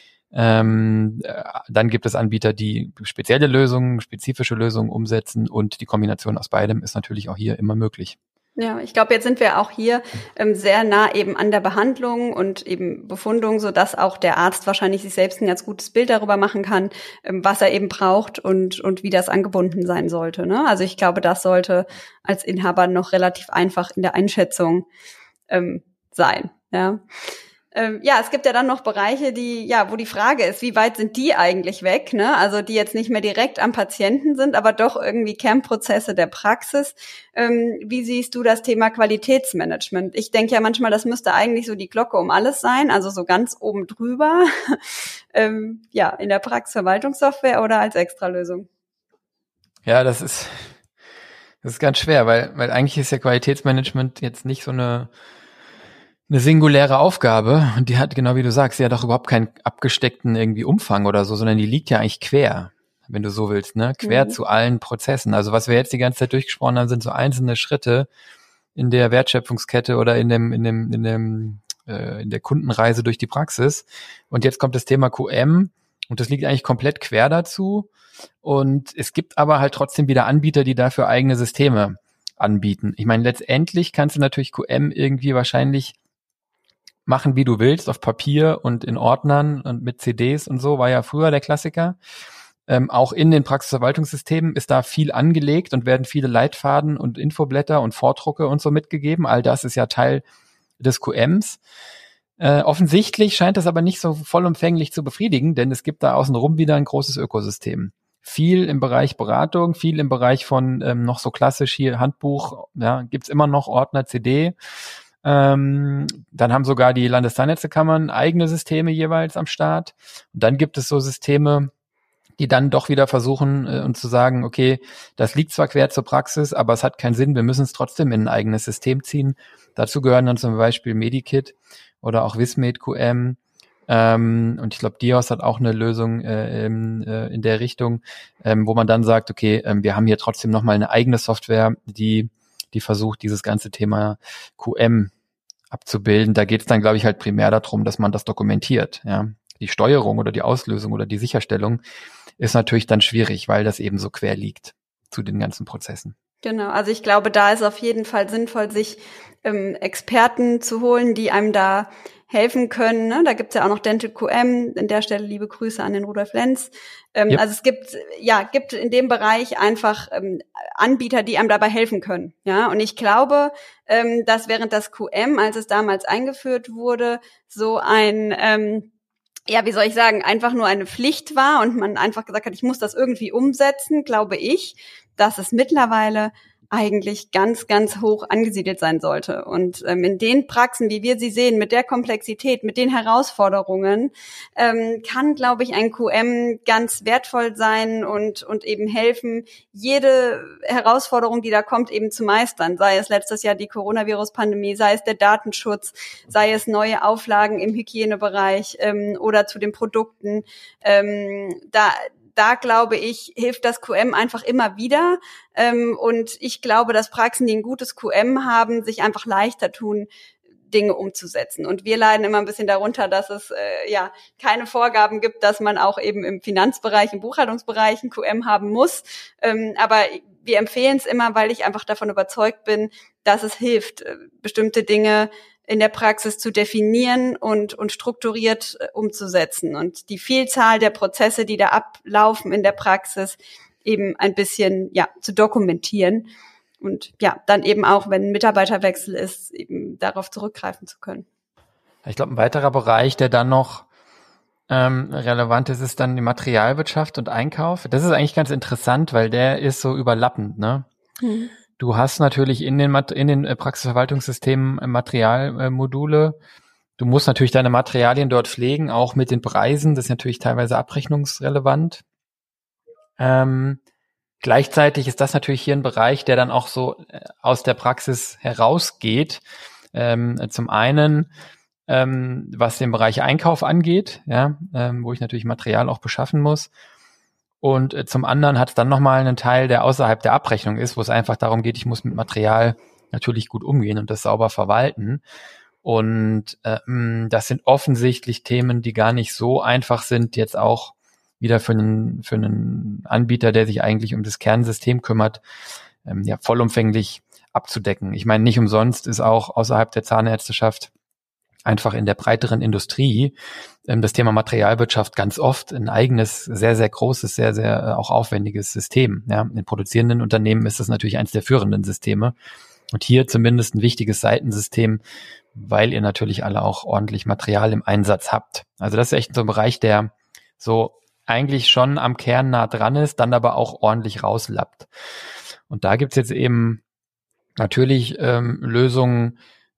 Dann gibt es Anbieter, die spezielle Lösungen, spezifische Lösungen umsetzen und die Kombination aus beidem ist natürlich auch hier immer möglich. Ja, ich glaube, jetzt sind wir auch hier sehr nah eben an der Behandlung und eben Befundung, so dass auch der Arzt wahrscheinlich sich selbst ein ganz gutes Bild darüber machen kann, was er eben braucht und wie das angebunden sein sollte. Ne? Also ich glaube, das sollte als Inhaber noch relativ einfach in der Einschätzung sein. Ja. Ja, es gibt ja dann noch Bereiche, wo die Frage ist, wie weit sind die eigentlich weg, ne? Also die jetzt nicht mehr direkt am Patienten sind, aber doch irgendwie Kernprozesse der Praxis. Wie siehst du das Thema Qualitätsmanagement? Ich denke ja manchmal, das müsste eigentlich so die Glocke um alles sein, also so ganz oben drüber, in der Praxisverwaltungssoftware oder als Extralösung. Ja, das ist ganz schwer, weil eigentlich ist ja Qualitätsmanagement jetzt nicht so eine singuläre Aufgabe, und die hat, genau wie du sagst, die hat auch überhaupt keinen abgesteckten irgendwie Umfang oder so, sondern die liegt ja eigentlich quer, wenn du so willst, ne? Quer zu allen Prozessen. Also was wir jetzt die ganze Zeit durchgesprochen haben, sind so einzelne Schritte in der Wertschöpfungskette oder in der Kundenreise durch die Praxis. Und jetzt kommt das Thema QM und das liegt eigentlich komplett quer dazu. Und es gibt aber halt trotzdem wieder Anbieter, die dafür eigene Systeme anbieten. Ich meine, letztendlich kannst du natürlich QM irgendwie wahrscheinlich machen, wie du willst, auf Papier und in Ordnern und mit CDs und so, war ja früher der Klassiker. Auch in den Praxisverwaltungssystemen ist da viel angelegt und werden viele Leitfaden und Infoblätter und Vordrucke und so mitgegeben. All das ist ja Teil des QMs. Offensichtlich scheint das aber nicht so vollumfänglich zu befriedigen, denn es gibt da außenrum wieder ein großes Ökosystem. Viel im Bereich Beratung, viel im Bereich von noch so klassisch hier Handbuch, ja, gibt's immer noch Ordner, CD. Dann haben sogar die Landeszahnärztekammern eigene Systeme jeweils am Start. Und dann gibt es so Systeme, die dann doch wieder versuchen und zu sagen, okay, das liegt zwar quer zur Praxis, aber es hat keinen Sinn, wir müssen es trotzdem in ein eigenes System ziehen. Dazu gehören dann zum Beispiel Medikit oder auch Vismed QM. Und ich glaube, Dios hat auch eine Lösung in der Richtung, wo man dann sagt, okay, wir haben hier trotzdem nochmal eine eigene Software, die versucht, dieses ganze Thema QM abzubilden. Da geht es dann, glaube ich, halt primär darum, dass man das dokumentiert. Ja, die Steuerung oder die Auslösung oder die Sicherstellung ist natürlich dann schwierig, weil das eben so quer liegt zu den ganzen Prozessen. Genau, also ich glaube, da ist auf jeden Fall sinnvoll, sich Experten zu holen, die einem da helfen können. Ne? Da gibt's ja auch noch Dental QM. An der Stelle liebe Grüße an den Rudolf Lenz. Yep. Also es gibt in dem Bereich einfach Anbieter, die einem dabei helfen können. Ja, und ich glaube, dass während das QM, als es damals eingeführt wurde, so ein einfach nur eine Pflicht war und man einfach gesagt hat, ich muss das irgendwie umsetzen, glaube ich, dass es mittlerweile eigentlich ganz, ganz hoch angesiedelt sein sollte. Und in den Praxen, wie wir sie sehen, mit der Komplexität, mit den Herausforderungen, kann, glaube ich, ein QM ganz wertvoll sein und eben helfen, jede Herausforderung, die da kommt, eben zu meistern. Sei es letztes Jahr die Coronavirus-Pandemie, sei es der Datenschutz, sei es neue Auflagen im Hygienebereich oder zu den Produkten. Da glaube ich, hilft das QM einfach immer wieder. Und ich glaube, dass Praxen, die ein gutes QM haben, sich einfach leichter tun, Dinge umzusetzen. Und wir leiden immer ein bisschen darunter, dass es keine Vorgaben gibt, dass man auch eben im Finanzbereich, im Buchhaltungsbereich ein QM haben muss. Aber wir empfehlen es immer, weil ich einfach davon überzeugt bin, dass es hilft, bestimmte Dinge in der Praxis zu definieren und strukturiert umzusetzen und die Vielzahl der Prozesse, die da ablaufen in der Praxis, eben ein bisschen zu dokumentieren und dann eben auch, wenn ein Mitarbeiterwechsel ist, eben darauf zurückgreifen zu können. Ich glaube, ein weiterer Bereich, der dann noch relevant ist dann die Materialwirtschaft und Einkauf. Das ist eigentlich ganz interessant, weil der ist so überlappend, ne? Mhm. Du hast natürlich in den Praxisverwaltungssystemen Materialmodule. Du musst natürlich deine Materialien dort pflegen, auch mit den Preisen. Das ist natürlich teilweise abrechnungsrelevant. Gleichzeitig ist das natürlich hier ein Bereich, der dann auch so aus der Praxis herausgeht. Zum einen, was den Bereich Einkauf angeht, wo ich natürlich Material auch beschaffen muss. Und zum anderen hat es dann nochmal einen Teil, der außerhalb der Abrechnung ist, wo es einfach darum geht, ich muss mit Material natürlich gut umgehen und das sauber verwalten. Und das sind offensichtlich Themen, die gar nicht so einfach sind, jetzt auch wieder für einen Anbieter, der sich eigentlich um das Kernsystem kümmert, vollumfänglich abzudecken. Ich meine, nicht umsonst ist auch außerhalb der Zahnärzteschaft einfach in der breiteren Industrie das Thema Materialwirtschaft ganz oft ein eigenes, sehr, sehr großes, sehr, sehr auch aufwendiges System. Ja, in produzierenden Unternehmen ist das natürlich eines der führenden Systeme. Und hier zumindest ein wichtiges Seitensystem, weil ihr natürlich alle auch ordentlich Material im Einsatz habt. Also das ist echt so ein Bereich, der so eigentlich schon am Kern nah dran ist, dann aber auch ordentlich rauslappt. Und da gibt's jetzt eben natürlich Lösungen,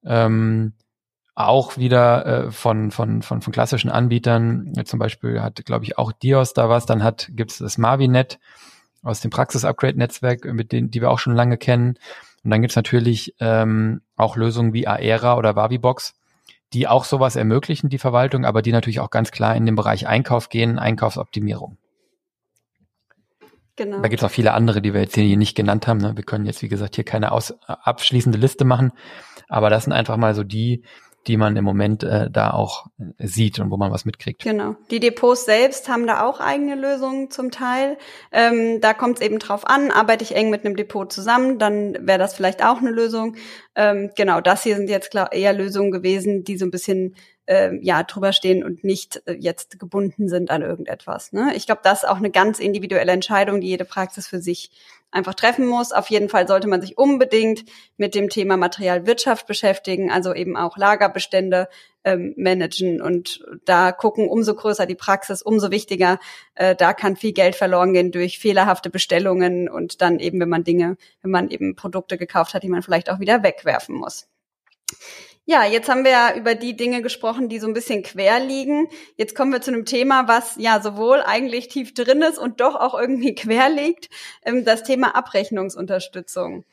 auch wieder von klassischen Anbietern. Zum Beispiel hat, glaube ich, auch Dios da was. Dann gibt's das Marvinet aus dem Praxis-Upgrade-Netzwerk, die wir auch schon lange kennen. Und dann gibt's natürlich auch Lösungen wie Aera oder Vavibox, die auch sowas ermöglichen, die Verwaltung, aber die natürlich auch ganz klar in den Bereich Einkauf gehen, Einkaufsoptimierung. Genau. Da gibt's auch viele andere, die wir jetzt hier nicht genannt haben. Ne? Wir können jetzt, wie gesagt, hier keine abschließende Liste machen, aber das sind einfach mal so die man im Moment da auch sieht und wo man was mitkriegt. Genau. Die Depots selbst haben da auch eigene Lösungen zum Teil. Da kommt es eben drauf an, arbeite ich eng mit einem Depot zusammen, dann wäre das vielleicht auch eine Lösung. Genau, das hier sind jetzt eher Lösungen gewesen, die so ein bisschen drüber stehen und nicht jetzt gebunden sind an irgendetwas. Ne? Ich glaube, das ist auch eine ganz individuelle Entscheidung, die jede Praxis für sich einfach treffen muss. Auf jeden Fall sollte man sich unbedingt mit dem Thema Materialwirtschaft beschäftigen, also eben auch Lagerbestände managen und da gucken, umso größer die Praxis, umso wichtiger. Da kann viel Geld verloren gehen durch fehlerhafte Bestellungen und dann eben, wenn man eben Produkte gekauft hat, die man vielleicht auch wieder wegwerfen muss. Ja, jetzt haben wir ja über die Dinge gesprochen, die so ein bisschen quer liegen. Jetzt kommen wir zu einem Thema, was ja sowohl eigentlich tief drin ist und doch auch irgendwie quer liegt. Das Thema Abrechnungsunterstützung.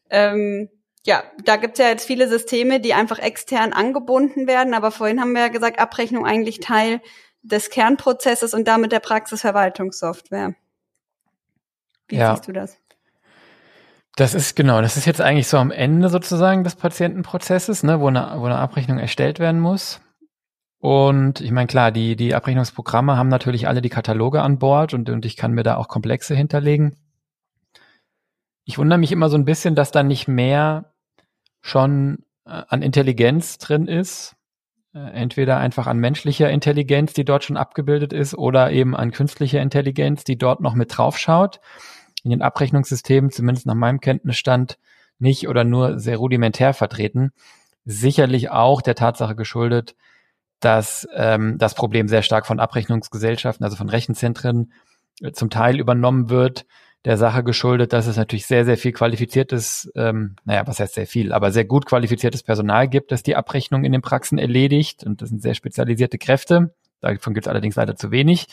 Da gibt's ja jetzt viele Systeme, die einfach extern angebunden werden. Aber vorhin haben wir ja gesagt, Abrechnung eigentlich Teil des Kernprozesses und damit der Praxisverwaltungssoftware. Wie siehst du das? Das ist jetzt eigentlich so am Ende sozusagen des Patientenprozesses, ne, wo eine Abrechnung erstellt werden muss. Und ich meine, klar, die Abrechnungsprogramme haben natürlich alle die Kataloge an Bord und ich kann mir da auch Komplexe hinterlegen. Ich wundere mich immer so ein bisschen, dass da nicht mehr schon an Intelligenz drin ist. Entweder einfach an menschlicher Intelligenz, die dort schon abgebildet ist, oder eben an künstlicher Intelligenz, die dort noch mit draufschaut. In den Abrechnungssystemen, zumindest nach meinem Kenntnisstand, nicht oder nur sehr rudimentär vertreten. Sicherlich auch der Tatsache geschuldet, dass das Problem sehr stark von Abrechnungsgesellschaften, also von Rechenzentren, zum Teil übernommen wird. Der Sache geschuldet, dass es natürlich sehr, sehr viel qualifiziertes, was heißt sehr viel, aber sehr gut qualifiziertes Personal gibt, das die Abrechnung in den Praxen erledigt. Und das sind sehr spezialisierte Kräfte. Davon gibt es allerdings leider zu wenig.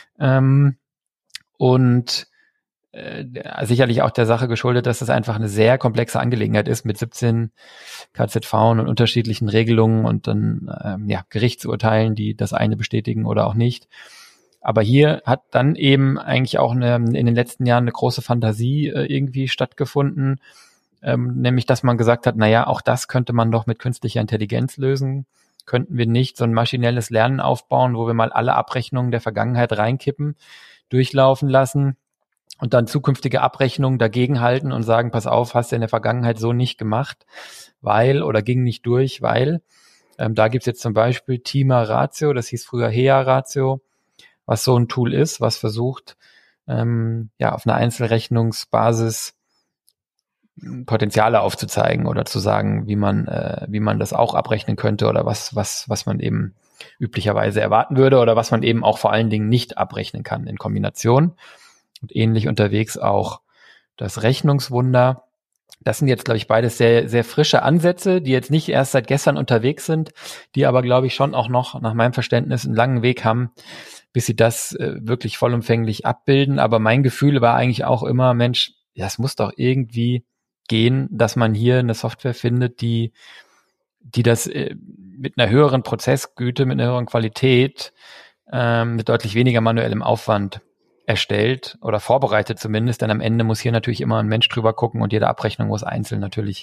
Sicherlich auch der Sache geschuldet, dass das einfach eine sehr komplexe Angelegenheit ist mit 17 KZV und unterschiedlichen Regelungen und dann Gerichtsurteilen, die das eine bestätigen oder auch nicht. Aber hier hat dann eben eigentlich auch in den letzten Jahren eine große Fantasie irgendwie stattgefunden, nämlich dass man gesagt hat, auch das könnte man doch mit künstlicher Intelligenz lösen. Könnten wir nicht so ein maschinelles Lernen aufbauen, wo wir mal alle Abrechnungen der Vergangenheit reinkippen, durchlaufen lassen und dann zukünftige Abrechnungen dagegenhalten und sagen, pass auf, hast du in der Vergangenheit so nicht gemacht, ging nicht durch, weil da gibt's jetzt zum Beispiel Tima Ratio, das hieß früher Hea Ratio, was so ein Tool ist, was versucht, auf einer Einzelrechnungsbasis Potenziale aufzuzeigen oder zu sagen, wie man das auch abrechnen könnte oder was man eben üblicherweise erwarten würde oder was man eben auch vor allen Dingen nicht abrechnen kann in Kombination. Und ähnlich unterwegs auch das Rechnungswunder. Das sind jetzt, glaube ich, beides sehr, sehr frische Ansätze, die jetzt nicht erst seit gestern unterwegs sind, die aber, glaube ich, schon auch noch nach meinem Verständnis einen langen Weg haben, bis sie das wirklich vollumfänglich abbilden. Aber mein Gefühl war eigentlich auch immer, Mensch, ja, es muss doch irgendwie gehen, dass man hier eine Software findet, die das mit einer höheren Prozessgüte, mit einer höheren Qualität, mit deutlich weniger manuellem Aufwand erstellt oder vorbereitet zumindest, denn am Ende muss hier natürlich immer ein Mensch drüber gucken und jede Abrechnung muss einzeln natürlich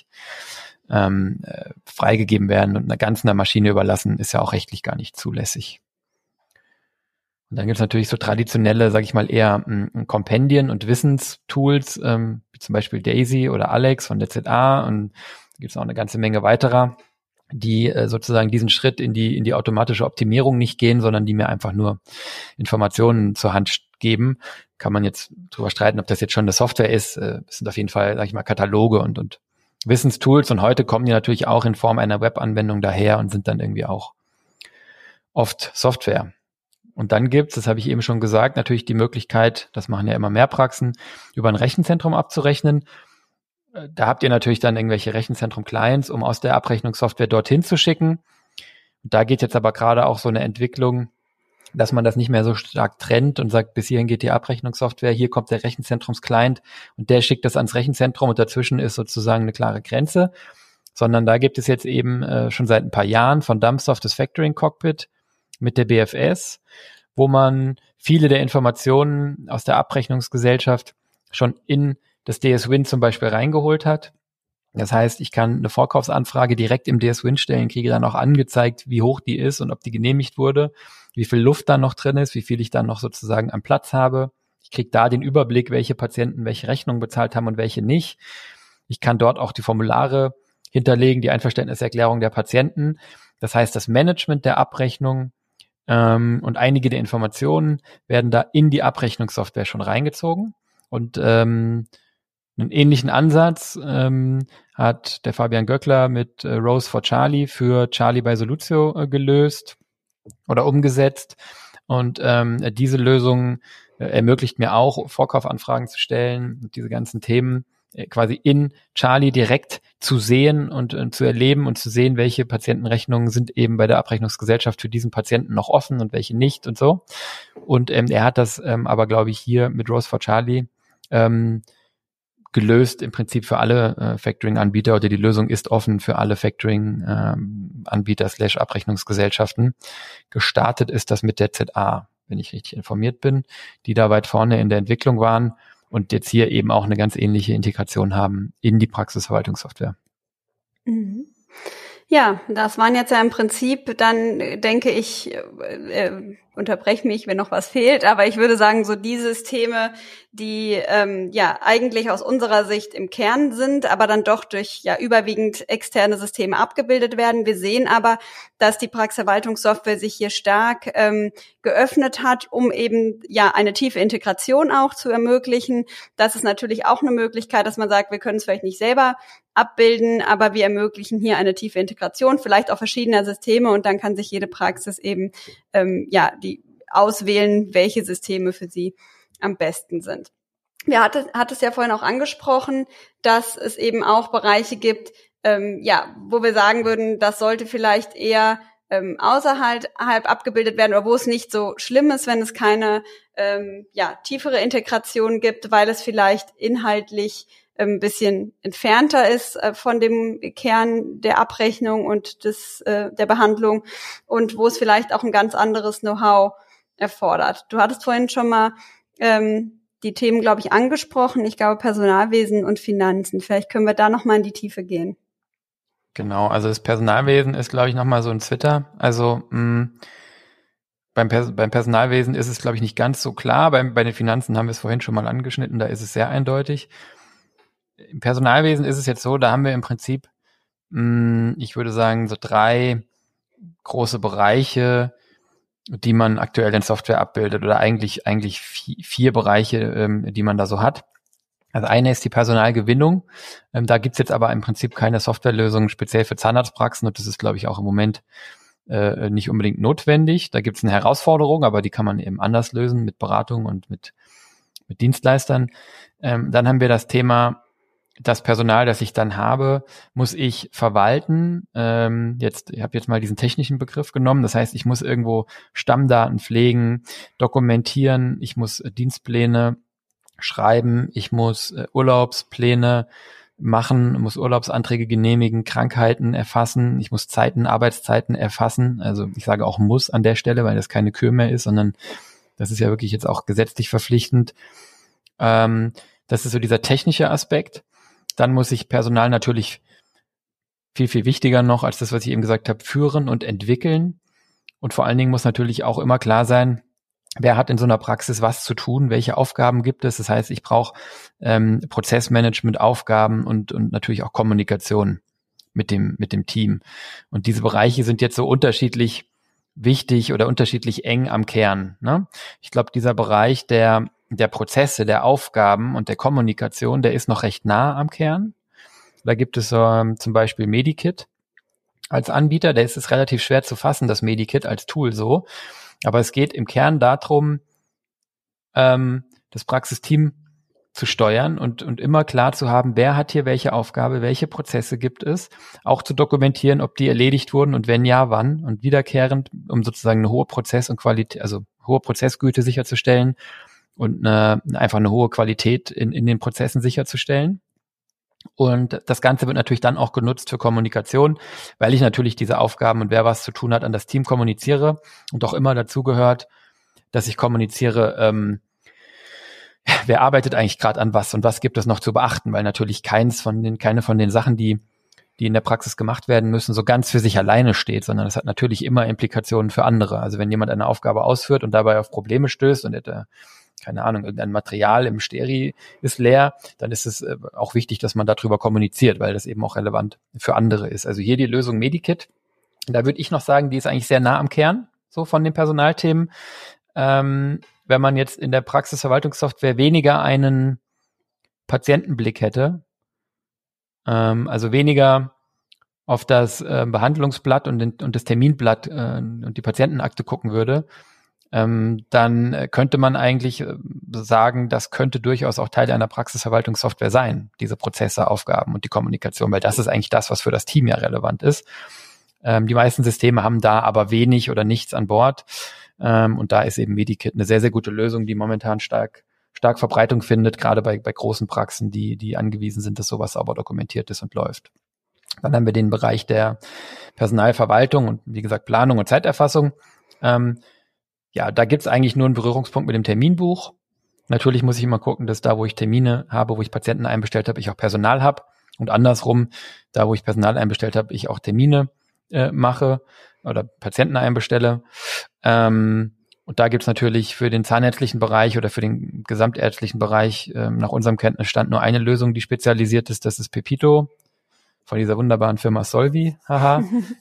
freigegeben werden und einer ganzen Maschine überlassen, ist ja auch rechtlich gar nicht zulässig. Und dann gibt es natürlich so traditionelle, sage ich mal, eher Kompendien und Wissenstools, wie zum Beispiel Daisy oder Alex von der ZA, und da gibt es auch eine ganze Menge weiterer, die sozusagen diesen Schritt in die automatische Optimierung nicht gehen, sondern die mir einfach nur Informationen zur Hand geben. Kann man jetzt drüber streiten, ob das jetzt schon eine Software ist. Es sind auf jeden Fall, sag ich mal, Kataloge und Wissenstools, und heute kommen die natürlich auch in Form einer Webanwendung daher und sind dann irgendwie auch oft Software. Und dann gibt's, das habe ich eben schon gesagt, natürlich die Möglichkeit, das machen ja immer mehr Praxen, über ein Rechenzentrum abzurechnen. Da habt ihr natürlich dann irgendwelche Rechenzentrum-Clients, um aus der Abrechnungssoftware dorthin zu schicken. Und da geht jetzt aber gerade auch so eine Entwicklung, dass man das nicht mehr so stark trennt und sagt, bis hierhin geht die Abrechnungssoftware, hier kommt der Rechenzentrums-Client und der schickt das ans Rechenzentrum und dazwischen ist sozusagen eine klare Grenze, sondern da gibt es jetzt eben schon seit ein paar Jahren von Dumpsoft das Factoring Cockpit mit der BFS, wo man viele der Informationen aus der Abrechnungsgesellschaft schon in das DS-Win zum Beispiel reingeholt hat. Das heißt, ich kann eine Vorkaufsanfrage direkt im DS-Win stellen, kriege dann auch angezeigt, wie hoch die ist und ob die genehmigt wurde, wie viel Luft da noch drin ist, wie viel ich dann noch sozusagen am Platz habe. Ich kriege da den Überblick, welche Patienten welche Rechnungen bezahlt haben und welche nicht. Ich kann dort auch die Formulare hinterlegen, die Einverständniserklärung der Patienten. Das heißt, das Management der Abrechnung und einige der Informationen werden da in die Abrechnungssoftware schon reingezogen. Und einen ähnlichen Ansatz hat der Fabian Göckler mit Rose for Charlie für Charlie bei Solutio gelöst oder umgesetzt. Und diese Lösung ermöglicht mir auch, Vorkaufanfragen zu stellen und diese ganzen Themen quasi in Charlie direkt zu sehen und zu erleben und zu sehen, welche Patientenrechnungen sind eben bei der Abrechnungsgesellschaft für diesen Patienten noch offen und welche nicht und so. Und er hat das aber, glaube ich, hier mit Rose for Charlie gelöst im Prinzip für alle Factoring-Anbieter, oder die Lösung ist offen für alle Factoring-Anbieter / Abrechnungsgesellschaften. Gestartet ist das mit der ZA, wenn ich richtig informiert bin, die da weit vorne in der Entwicklung waren und jetzt hier eben auch eine ganz ähnliche Integration haben in die Praxisverwaltungssoftware. Mhm. Ja, das waren jetzt ja im Prinzip, dann denke ich, unterbrech mich, wenn noch was fehlt, aber ich würde sagen, so die Systeme, die ja eigentlich aus unserer Sicht im Kern sind, aber dann doch durch ja überwiegend externe Systeme abgebildet werden. Wir sehen aber, dass die Praxisverwaltungssoftware sich hier stark geöffnet hat, um eben ja eine tiefe Integration auch zu ermöglichen. Das ist natürlich auch eine Möglichkeit, dass man sagt, wir können es vielleicht nicht selber abbilden, aber wir ermöglichen hier eine tiefe Integration, vielleicht auch verschiedener Systeme, und dann kann sich jede Praxis eben ja die auswählen, welche Systeme für sie am besten sind. Wir hat es ja vorhin auch angesprochen, dass es eben auch Bereiche gibt, ja, wo wir sagen würden, das sollte vielleicht eher außerhalb abgebildet werden, oder wo es nicht so schlimm ist, wenn es keine ja tiefere Integration gibt, weil es vielleicht inhaltlich ein bisschen entfernter ist von dem Kern der Abrechnung und der Behandlung, und wo es vielleicht auch ein ganz anderes Know-how erfordert. Du hattest vorhin schon mal die Themen, glaube ich, angesprochen. Ich glaube, Personalwesen und Finanzen. Vielleicht können wir da noch mal in die Tiefe gehen. Genau, also das Personalwesen ist, glaube ich, nochmal so ein Twitter. Also beim Personalwesen ist es, glaube ich, nicht ganz so klar. Bei den Finanzen haben wir es vorhin schon mal angeschnitten, da ist es sehr eindeutig. Im Personalwesen ist es jetzt so, da haben wir im Prinzip, ich würde sagen, so 3 große Bereiche, die man aktuell in Software abbildet, oder eigentlich 4 Bereiche, die man da so hat. Also eine ist die Personalgewinnung. Da gibt's jetzt aber im Prinzip keine Softwarelösung speziell für Zahnarztpraxen, und das ist, glaube ich, auch im Moment nicht unbedingt notwendig. Da gibt's eine Herausforderung, aber die kann man eben anders lösen mit Beratung und mit Dienstleistern. Dann haben wir das Thema, das Personal, das ich dann habe, muss ich verwalten. Ich habe jetzt mal diesen technischen Begriff genommen. Das heißt, ich muss irgendwo Stammdaten pflegen, dokumentieren, ich muss Dienstpläne schreiben, ich muss Urlaubspläne machen, muss Urlaubsanträge genehmigen, Krankheiten erfassen, ich muss Arbeitszeiten erfassen. Also ich sage auch muss an der Stelle, weil das keine Kür mehr ist, sondern das ist ja wirklich jetzt auch gesetzlich verpflichtend. Das ist so dieser technische Aspekt. Dann muss ich Personal natürlich viel, viel wichtiger noch als das, was ich eben gesagt habe, führen und entwickeln. Und vor allen Dingen muss natürlich auch immer klar sein, wer hat in so einer Praxis was zu tun, welche Aufgaben gibt es. Das heißt, ich brauche Prozessmanagement, Aufgaben und natürlich auch Kommunikation mit dem Team. Und diese Bereiche sind jetzt so unterschiedlich wichtig oder unterschiedlich eng am Kern. Ne? Ich glaube, dieser Bereich der Prozesse, der Aufgaben und der Kommunikation, der ist noch recht nah am Kern. Da gibt es zum Beispiel Medikit als Anbieter. Da ist es relativ schwer zu fassen, das Medikit als Tool so. Aber es geht im Kern darum, das Praxisteam zu steuern und immer klar zu haben, wer hat hier welche Aufgabe, welche Prozesse gibt es, auch zu dokumentieren, ob die erledigt wurden und wenn ja, wann und wiederkehrend, um sozusagen eine hohe Prozess- und Qualität, also hohe Prozessgüte sicherzustellen und einfach eine hohe Qualität in den Prozessen sicherzustellen. Und das Ganze wird natürlich dann auch genutzt für Kommunikation, weil ich natürlich diese Aufgaben und wer was zu tun hat an das Team kommuniziere und auch immer dazu gehört, dass ich kommuniziere, wer arbeitet eigentlich gerade an was und was gibt es noch zu beachten, weil natürlich keine von den Sachen, die in der Praxis gemacht werden müssen, so ganz für sich alleine steht, sondern es hat natürlich immer Implikationen für andere. Also wenn jemand eine Aufgabe ausführt und dabei auf Probleme stößt und keine Ahnung, irgendein Material im Steri ist leer, dann ist es auch wichtig, dass man darüber kommuniziert, weil das eben auch relevant für andere ist. Also hier die Lösung Medikit, da würde ich noch sagen, die ist eigentlich sehr nah am Kern, so von den Personalthemen. Wenn man jetzt in der Praxisverwaltungssoftware weniger einen Patientenblick hätte, also weniger auf das Behandlungsblatt und das Terminblatt und die Patientenakte gucken würde, dann könnte man eigentlich sagen, das könnte durchaus auch Teil einer Praxisverwaltungssoftware sein, diese Prozesse, Aufgaben und die Kommunikation, weil das ist eigentlich das, was für das Team ja relevant ist. Die meisten Systeme haben da aber wenig oder nichts an Bord. Und da ist eben Medikit eine sehr, sehr gute Lösung, die momentan stark Verbreitung findet, gerade bei großen Praxen, die angewiesen sind, dass sowas sauber dokumentiert ist und läuft. Dann haben wir den Bereich der Personalverwaltung und wie gesagt Planung und Zeiterfassung. Da gibt es eigentlich nur einen Berührungspunkt mit dem Terminbuch. Natürlich muss ich immer gucken, dass da, wo ich Termine habe, wo ich Patienten einbestellt habe, ich auch Personal habe. Und andersrum, da, wo ich Personal einbestellt habe, ich auch Termine mache oder Patienten einbestelle. Und da gibt's natürlich für den zahnärztlichen Bereich oder für den gesamtärztlichen Bereich nach unserem Kenntnisstand nur eine Lösung, die spezialisiert ist. Das ist Pepito von dieser wunderbaren Firma Solvi. Haha.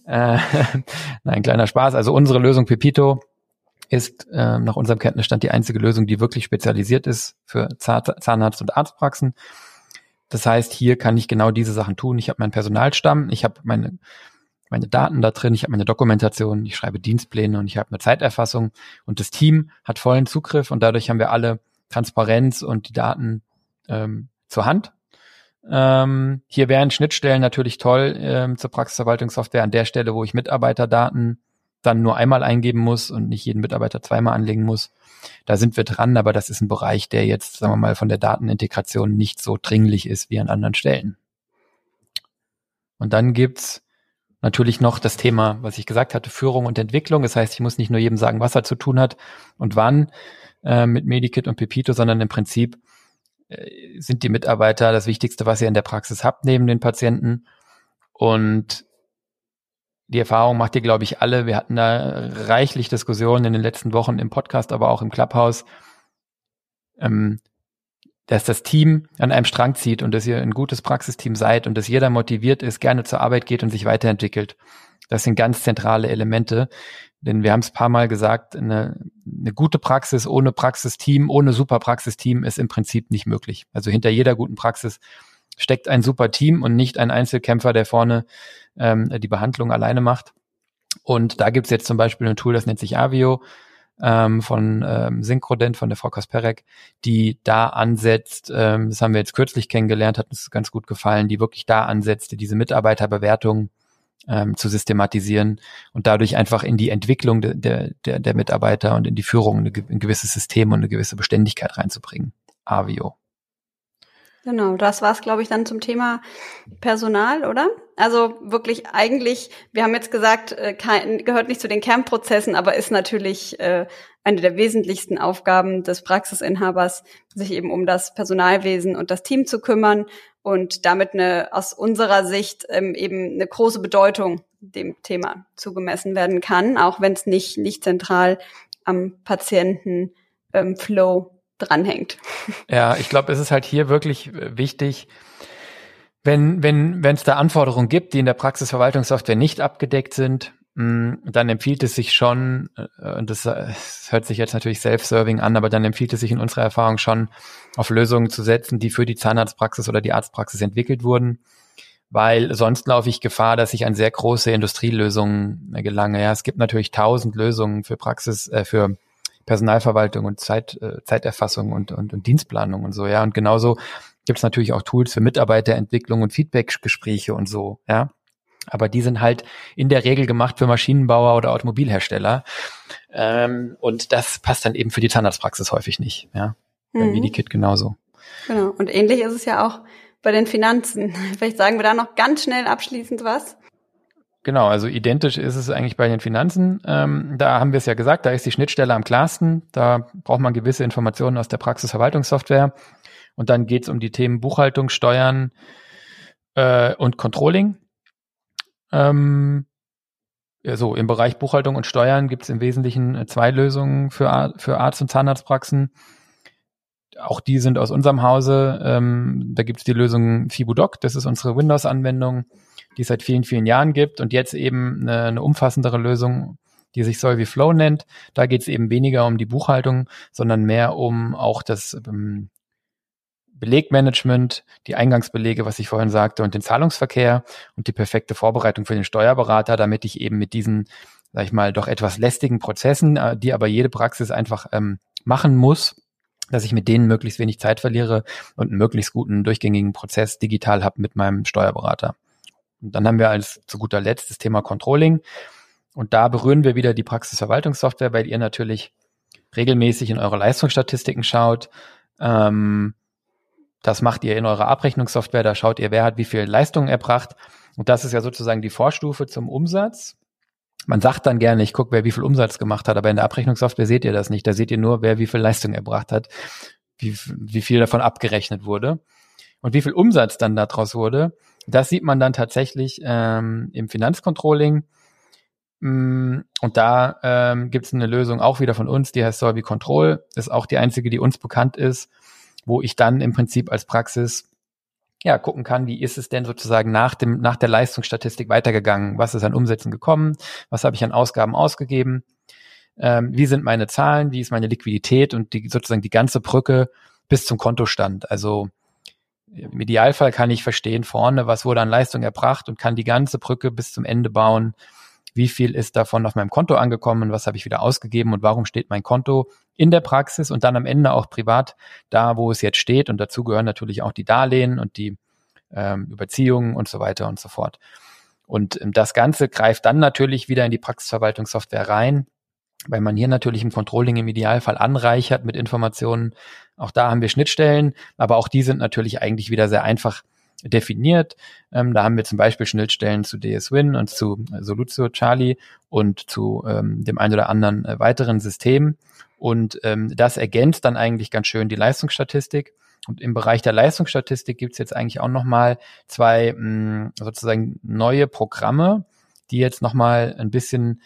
Nein, kleiner Spaß. Also unsere Lösung Pepito ist nach unserem Kenntnisstand die einzige Lösung, die wirklich spezialisiert ist für Zahnarzt- und Arztpraxen. Das heißt, hier kann ich genau diese Sachen tun. Ich habe meinen Personalstamm, ich habe meine Daten da drin, ich habe meine Dokumentation, ich schreibe Dienstpläne und ich habe eine Zeiterfassung und das Team hat vollen Zugriff und dadurch haben wir alle Transparenz und die Daten zur Hand. Hier wären Schnittstellen natürlich toll zur Praxisverwaltungssoftware an der Stelle, wo ich Mitarbeiterdaten dann nur einmal eingeben muss und nicht jeden Mitarbeiter zweimal anlegen muss. Da sind wir dran, aber das ist ein Bereich, der jetzt, sagen wir mal, von der Datenintegration nicht so dringlich ist wie an anderen Stellen. Und dann gibt's natürlich noch das Thema, was ich gesagt hatte, Führung und Entwicklung. Das heißt, ich muss nicht nur jedem sagen, was er zu tun hat und wann mit Medikit und Pepito, sondern im Prinzip sind die Mitarbeiter das Wichtigste, was ihr in der Praxis habt, neben den Patienten. Und die Erfahrung macht ihr, glaube ich, alle. Wir hatten da reichlich Diskussionen in den letzten Wochen im Podcast, aber auch im Clubhouse, dass das Team an einem Strang zieht und dass ihr ein gutes Praxisteam seid und dass jeder motiviert ist, gerne zur Arbeit geht und sich weiterentwickelt. Das sind ganz zentrale Elemente, denn wir haben es ein paar Mal gesagt, eine gute Praxis ohne Praxisteam, ohne super Praxisteam ist im Prinzip nicht möglich. Also hinter jeder guten Praxis steckt ein super Team und nicht ein Einzelkämpfer, der vorne die Behandlung alleine macht. Und da gibt's jetzt zum Beispiel ein Tool, das nennt sich Avio, von Syncrodent, von der Frau Kasperek, die da ansetzt, das haben wir jetzt kürzlich kennengelernt, hat uns ganz gut gefallen, die wirklich da ansetzte, diese Mitarbeiterbewertung zu systematisieren und dadurch einfach in die Entwicklung der Mitarbeiter und in die Führung ein gewisses System und eine gewisse Beständigkeit reinzubringen. Avio. Genau, das war's, glaube ich, dann zum Thema Personal, oder? Also wirklich eigentlich, wir haben jetzt gesagt, gehört nicht zu den Kernprozessen, aber ist natürlich eine der wesentlichsten Aufgaben des Praxisinhabers, sich eben um das Personalwesen und das Team zu kümmern und damit aus unserer Sicht eben eine große Bedeutung dem Thema zugemessen werden kann, auch wenn es nicht zentral am Patienten Flow dranhängt. Ja, ich glaube, es ist halt hier wirklich wichtig, wenn es da Anforderungen gibt, die in der Praxisverwaltungssoftware nicht abgedeckt sind, dann empfiehlt es sich schon, und das hört sich jetzt natürlich self-serving an, aber dann empfiehlt es sich in unserer Erfahrung schon, auf Lösungen zu setzen, die für die Zahnarztpraxis oder die Arztpraxis entwickelt wurden, weil sonst laufe ich Gefahr, dass ich an sehr große Industrielösungen gelange. Ja, es gibt natürlich 1000 Lösungen für für Personalverwaltung und Zeiterfassung und Dienstplanung und so, ja. Und genauso gibt es natürlich auch Tools für Mitarbeiterentwicklung und Feedbackgespräche und so, ja. Aber die sind halt in der Regel gemacht für Maschinenbauer oder Automobilhersteller. Und das passt dann eben für die Zahnarztpraxis häufig nicht, ja. Beim Medikit genauso. Genau. Und ähnlich ist es ja auch bei den Finanzen. Vielleicht sagen wir da noch ganz schnell abschließend was. Genau, also identisch ist es eigentlich bei den Finanzen. Da haben wir es ja gesagt, da ist die Schnittstelle am klarsten. Da braucht man gewisse Informationen aus der Praxisverwaltungssoftware. Und dann geht es um die Themen Buchhaltung, Steuern und Controlling. Im Bereich Buchhaltung und Steuern gibt es im Wesentlichen 2 Lösungen für Arzt- und Zahnarztpraxen. Auch die sind aus unserem Hause. Da gibt es die Lösung FibuDoc, das ist unsere Windows-Anwendung, die es seit vielen, vielen Jahren gibt und jetzt eben eine umfassendere Lösung, die sich Solviflow nennt. Da geht es eben weniger um die Buchhaltung, sondern mehr um auch das Belegmanagement, die Eingangsbelege, was ich vorhin sagte, und den Zahlungsverkehr und die perfekte Vorbereitung für den Steuerberater, damit ich eben mit diesen, sag ich mal, doch etwas lästigen Prozessen, die aber jede Praxis einfach machen muss, dass ich mit denen möglichst wenig Zeit verliere und einen möglichst guten, durchgängigen Prozess digital habe mit meinem Steuerberater. Und dann haben wir zu guter Letzt das Thema Controlling. Und da berühren wir wieder die Praxisverwaltungssoftware, weil ihr natürlich regelmäßig in eure Leistungsstatistiken schaut. Das macht ihr in eurer Abrechnungssoftware. Da schaut ihr, wer hat wie viel Leistungen erbracht. Und das ist ja sozusagen die Vorstufe zum Umsatz. Man sagt dann gerne, ich gucke, wer wie viel Umsatz gemacht hat, aber in der Abrechnungssoftware seht ihr das nicht. Da seht ihr nur, wer wie viel Leistung erbracht hat, wie viel davon abgerechnet wurde. Und wie viel Umsatz dann daraus wurde, das sieht man dann tatsächlich im Finanzcontrolling. Und da gibt es eine Lösung auch wieder von uns, die heißt Solvi Control. Ist auch die einzige, die uns bekannt ist, wo ich dann im Prinzip als Praxis gucken kann, wie ist es denn sozusagen nach der Leistungsstatistik weitergegangen? Was ist an Umsätzen gekommen? Was habe ich an Ausgaben ausgegeben? Wie sind meine Zahlen? Wie ist meine Liquidität? Und sozusagen die ganze Brücke bis zum Kontostand. Also im Idealfall kann ich verstehen vorne, was wurde an Leistung erbracht und kann die ganze Brücke bis zum Ende bauen. Wie viel ist davon auf meinem Konto angekommen? Was habe ich wieder ausgegeben? Und warum steht mein Konto in der Praxis und dann am Ende auch privat da, wo es jetzt steht? Und dazu gehören natürlich auch die Darlehen und die Überziehungen und so weiter und so fort. Und das Ganze greift dann natürlich wieder in die Praxisverwaltungssoftware rein, weil man hier natürlich im Controlling im Idealfall anreichert mit Informationen. Auch da haben wir Schnittstellen, aber auch die sind natürlich eigentlich wieder sehr einfach definiert. Da haben wir zum Beispiel Schnittstellen zu DSWin und zu Solutio Charlie und zu dem ein oder anderen weiteren System. Und das ergänzt dann eigentlich ganz schön die Leistungsstatistik. Und im Bereich der Leistungsstatistik gibt es jetzt eigentlich auch nochmal 2 sozusagen neue Programme, die jetzt nochmal ein bisschen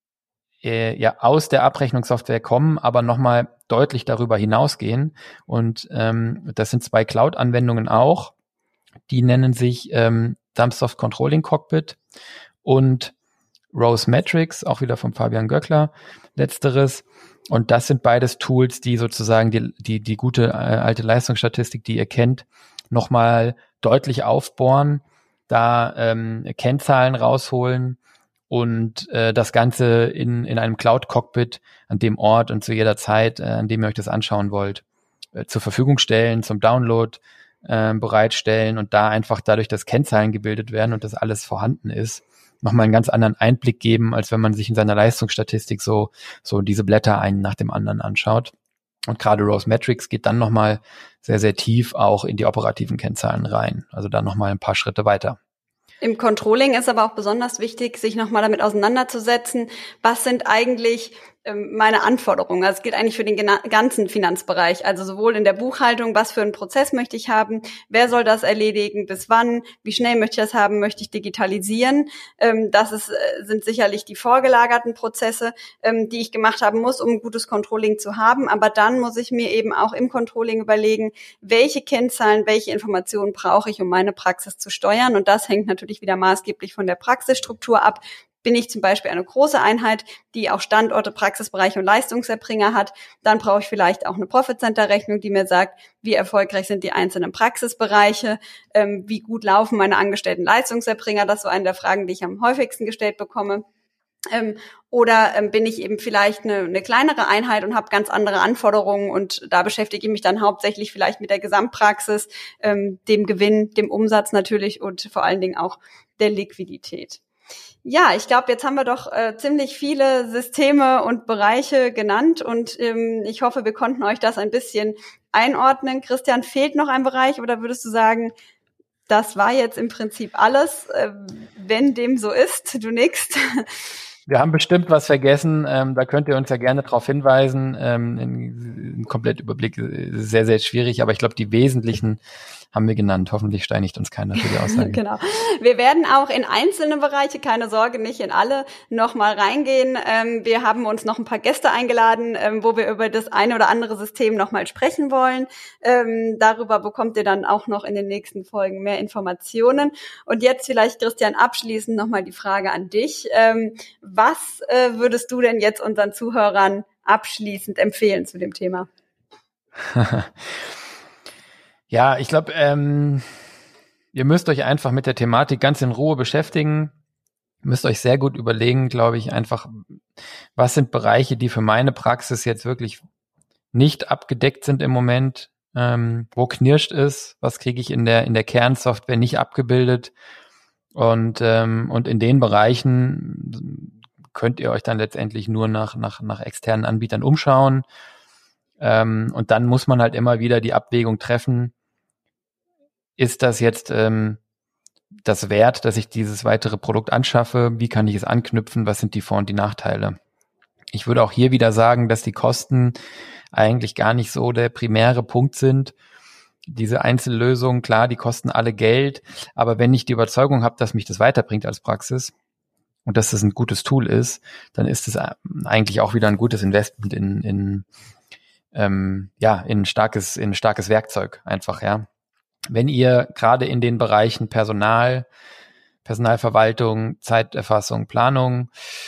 aus der Abrechnungssoftware kommen, aber nochmal deutlich darüber hinausgehen. Und das sind 2 Cloud-Anwendungen auch. Die nennen sich Dumpsoft Controlling Cockpit und Rose Metrics, auch wieder von Fabian Göckler, letzteres. Und das sind beides Tools, die sozusagen die gute alte Leistungsstatistik, die ihr kennt, nochmal deutlich aufbohren, da Kennzahlen rausholen und das Ganze in einem Cloud-Cockpit an dem Ort und zu jeder Zeit, an dem ihr euch das anschauen wollt, zur Verfügung stellen, zum Download bereitstellen und da einfach dadurch, dass Kennzahlen gebildet werden und das alles vorhanden ist, nochmal einen ganz anderen Einblick geben, als wenn man sich in seiner Leistungsstatistik so diese Blätter einen nach dem anderen anschaut. Und gerade Rose Metrics geht dann nochmal sehr, sehr tief auch in die operativen Kennzahlen rein. Also dann nochmal ein paar Schritte weiter. Im Controlling ist aber auch besonders wichtig, sich nochmal damit auseinanderzusetzen, was sind eigentlich meine Anforderungen. Also es gilt eigentlich für den ganzen Finanzbereich, also sowohl in der Buchhaltung, was für einen Prozess möchte ich haben, wer soll das erledigen, bis wann, wie schnell möchte ich das haben, möchte ich digitalisieren. Sind sicherlich die vorgelagerten Prozesse, die ich gemacht haben muss, um ein gutes Controlling zu haben. Aber dann muss ich mir eben auch im Controlling überlegen, welche Kennzahlen, welche Informationen brauche ich, um meine Praxis zu steuern. Und das hängt natürlich wieder maßgeblich von der Praxisstruktur ab. Bin ich zum Beispiel eine große Einheit, die auch Standorte, Praxisbereiche und Leistungserbringer hat, dann brauche ich vielleicht auch eine Profit-Center-Rechnung, die mir sagt, wie erfolgreich sind die einzelnen Praxisbereiche, wie gut laufen meine angestellten Leistungserbringer. Das ist so eine der Fragen, die ich am häufigsten gestellt bekomme. Oder bin ich eben vielleicht eine kleinere Einheit und habe ganz andere Anforderungen und da beschäftige ich mich dann hauptsächlich vielleicht mit der Gesamtpraxis, dem Gewinn, dem Umsatz natürlich und vor allen Dingen auch der Liquidität. Ja, ich glaube, jetzt haben wir doch ziemlich viele Systeme und Bereiche genannt und ich hoffe, wir konnten euch das ein bisschen einordnen. Christian, fehlt noch ein Bereich oder würdest du sagen, das war jetzt im Prinzip alles? Wenn dem so ist, du nickst. Wir haben bestimmt was vergessen, da könnt ihr uns ja gerne darauf hinweisen. Ein Komplettüberblick ist sehr, sehr schwierig, aber ich glaube, die wesentlichen haben wir genannt. Hoffentlich steinigt uns keiner für die Aussage. Genau. Wir werden auch in einzelne Bereiche, keine Sorge, nicht in alle, nochmal reingehen. Wir haben uns noch ein paar Gäste eingeladen, wo wir über das eine oder andere System nochmal sprechen wollen. Darüber bekommt ihr dann auch noch in den nächsten Folgen mehr Informationen. Und jetzt vielleicht, Christian, abschließend nochmal die Frage an dich. Was würdest du denn jetzt unseren Zuhörern abschließend empfehlen zu dem Thema? Ja, ich glaube, ihr müsst euch einfach mit der Thematik ganz in Ruhe beschäftigen. Müsst euch sehr gut überlegen, glaube ich, einfach, was sind Bereiche, die für meine Praxis jetzt wirklich nicht abgedeckt sind im Moment, wo knirscht es, was kriege ich in der Kernsoftware nicht abgebildet und in den Bereichen könnt ihr euch dann letztendlich nur nach externen Anbietern umschauen und dann muss man halt immer wieder die Abwägung treffen, ist das jetzt das wert, dass ich dieses weitere Produkt anschaffe? Wie kann ich es anknüpfen? Was sind die Vor- und die Nachteile? Ich würde auch hier wieder sagen, dass die Kosten eigentlich gar nicht so der primäre Punkt sind. Diese Einzellösungen, klar, die kosten alle Geld, aber wenn ich die Überzeugung habe, dass mich das weiterbringt als Praxis und dass das ein gutes Tool ist, dann ist es eigentlich auch wieder ein gutes Investment in ein starkes Werkzeug einfach, ja. Wenn ihr gerade in den Bereichen Personalverwaltung, Zeiterfassung, Planung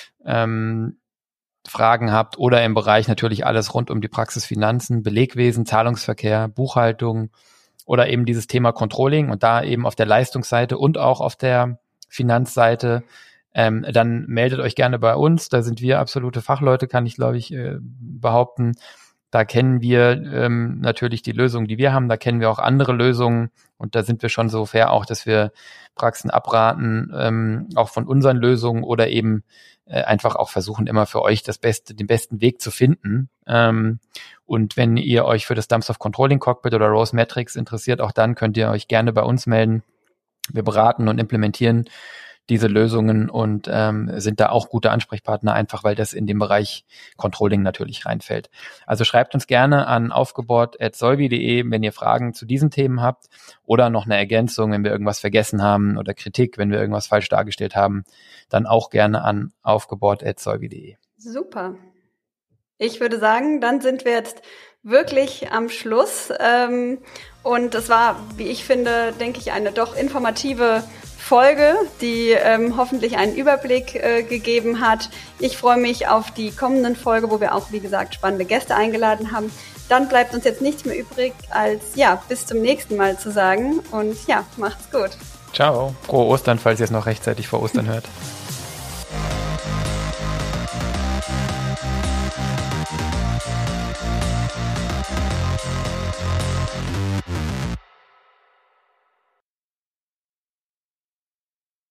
Fragen habt oder im Bereich natürlich alles rund um die Praxisfinanzen, Belegwesen, Zahlungsverkehr, Buchhaltung oder eben dieses Thema Controlling und da eben auf der Leistungsseite und auch auf der Finanzseite, dann meldet euch gerne bei uns. Da sind wir absolute Fachleute, kann ich glaube ich behaupten. Da kennen wir natürlich die Lösungen, die wir haben. Da kennen wir auch andere Lösungen. Und da sind wir schon so fair auch, dass wir Praxen abraten, auch von unseren Lösungen oder eben einfach auch versuchen, immer für euch den besten Weg zu finden. Und wenn ihr euch für das Dumpsoft Controlling Cockpit oder Rose Metrics interessiert, auch dann könnt ihr euch gerne bei uns melden. Wir beraten und implementieren diese Lösungen und sind da auch gute Ansprechpartner, einfach weil das in den Bereich Controlling natürlich reinfällt. Also schreibt uns gerne an aufgebohrt@solvi.de, wenn ihr Fragen zu diesen Themen habt oder noch eine Ergänzung, wenn wir irgendwas vergessen haben oder Kritik, wenn wir irgendwas falsch dargestellt haben, dann auch gerne an aufgebohrt@solvi.de. Super. Ich würde sagen, dann sind wir jetzt wirklich am Schluss und es war, wie ich finde, denke ich, eine doch informative Folge, die hoffentlich einen Überblick gegeben hat. Ich freue mich auf die kommenden Folge, wo wir auch, wie gesagt, spannende Gäste eingeladen haben. Dann bleibt uns jetzt nichts mehr übrig, als bis zum nächsten Mal zu sagen. Und macht's gut. Ciao. Frohe Ostern, falls ihr es noch rechtzeitig vor Ostern hört.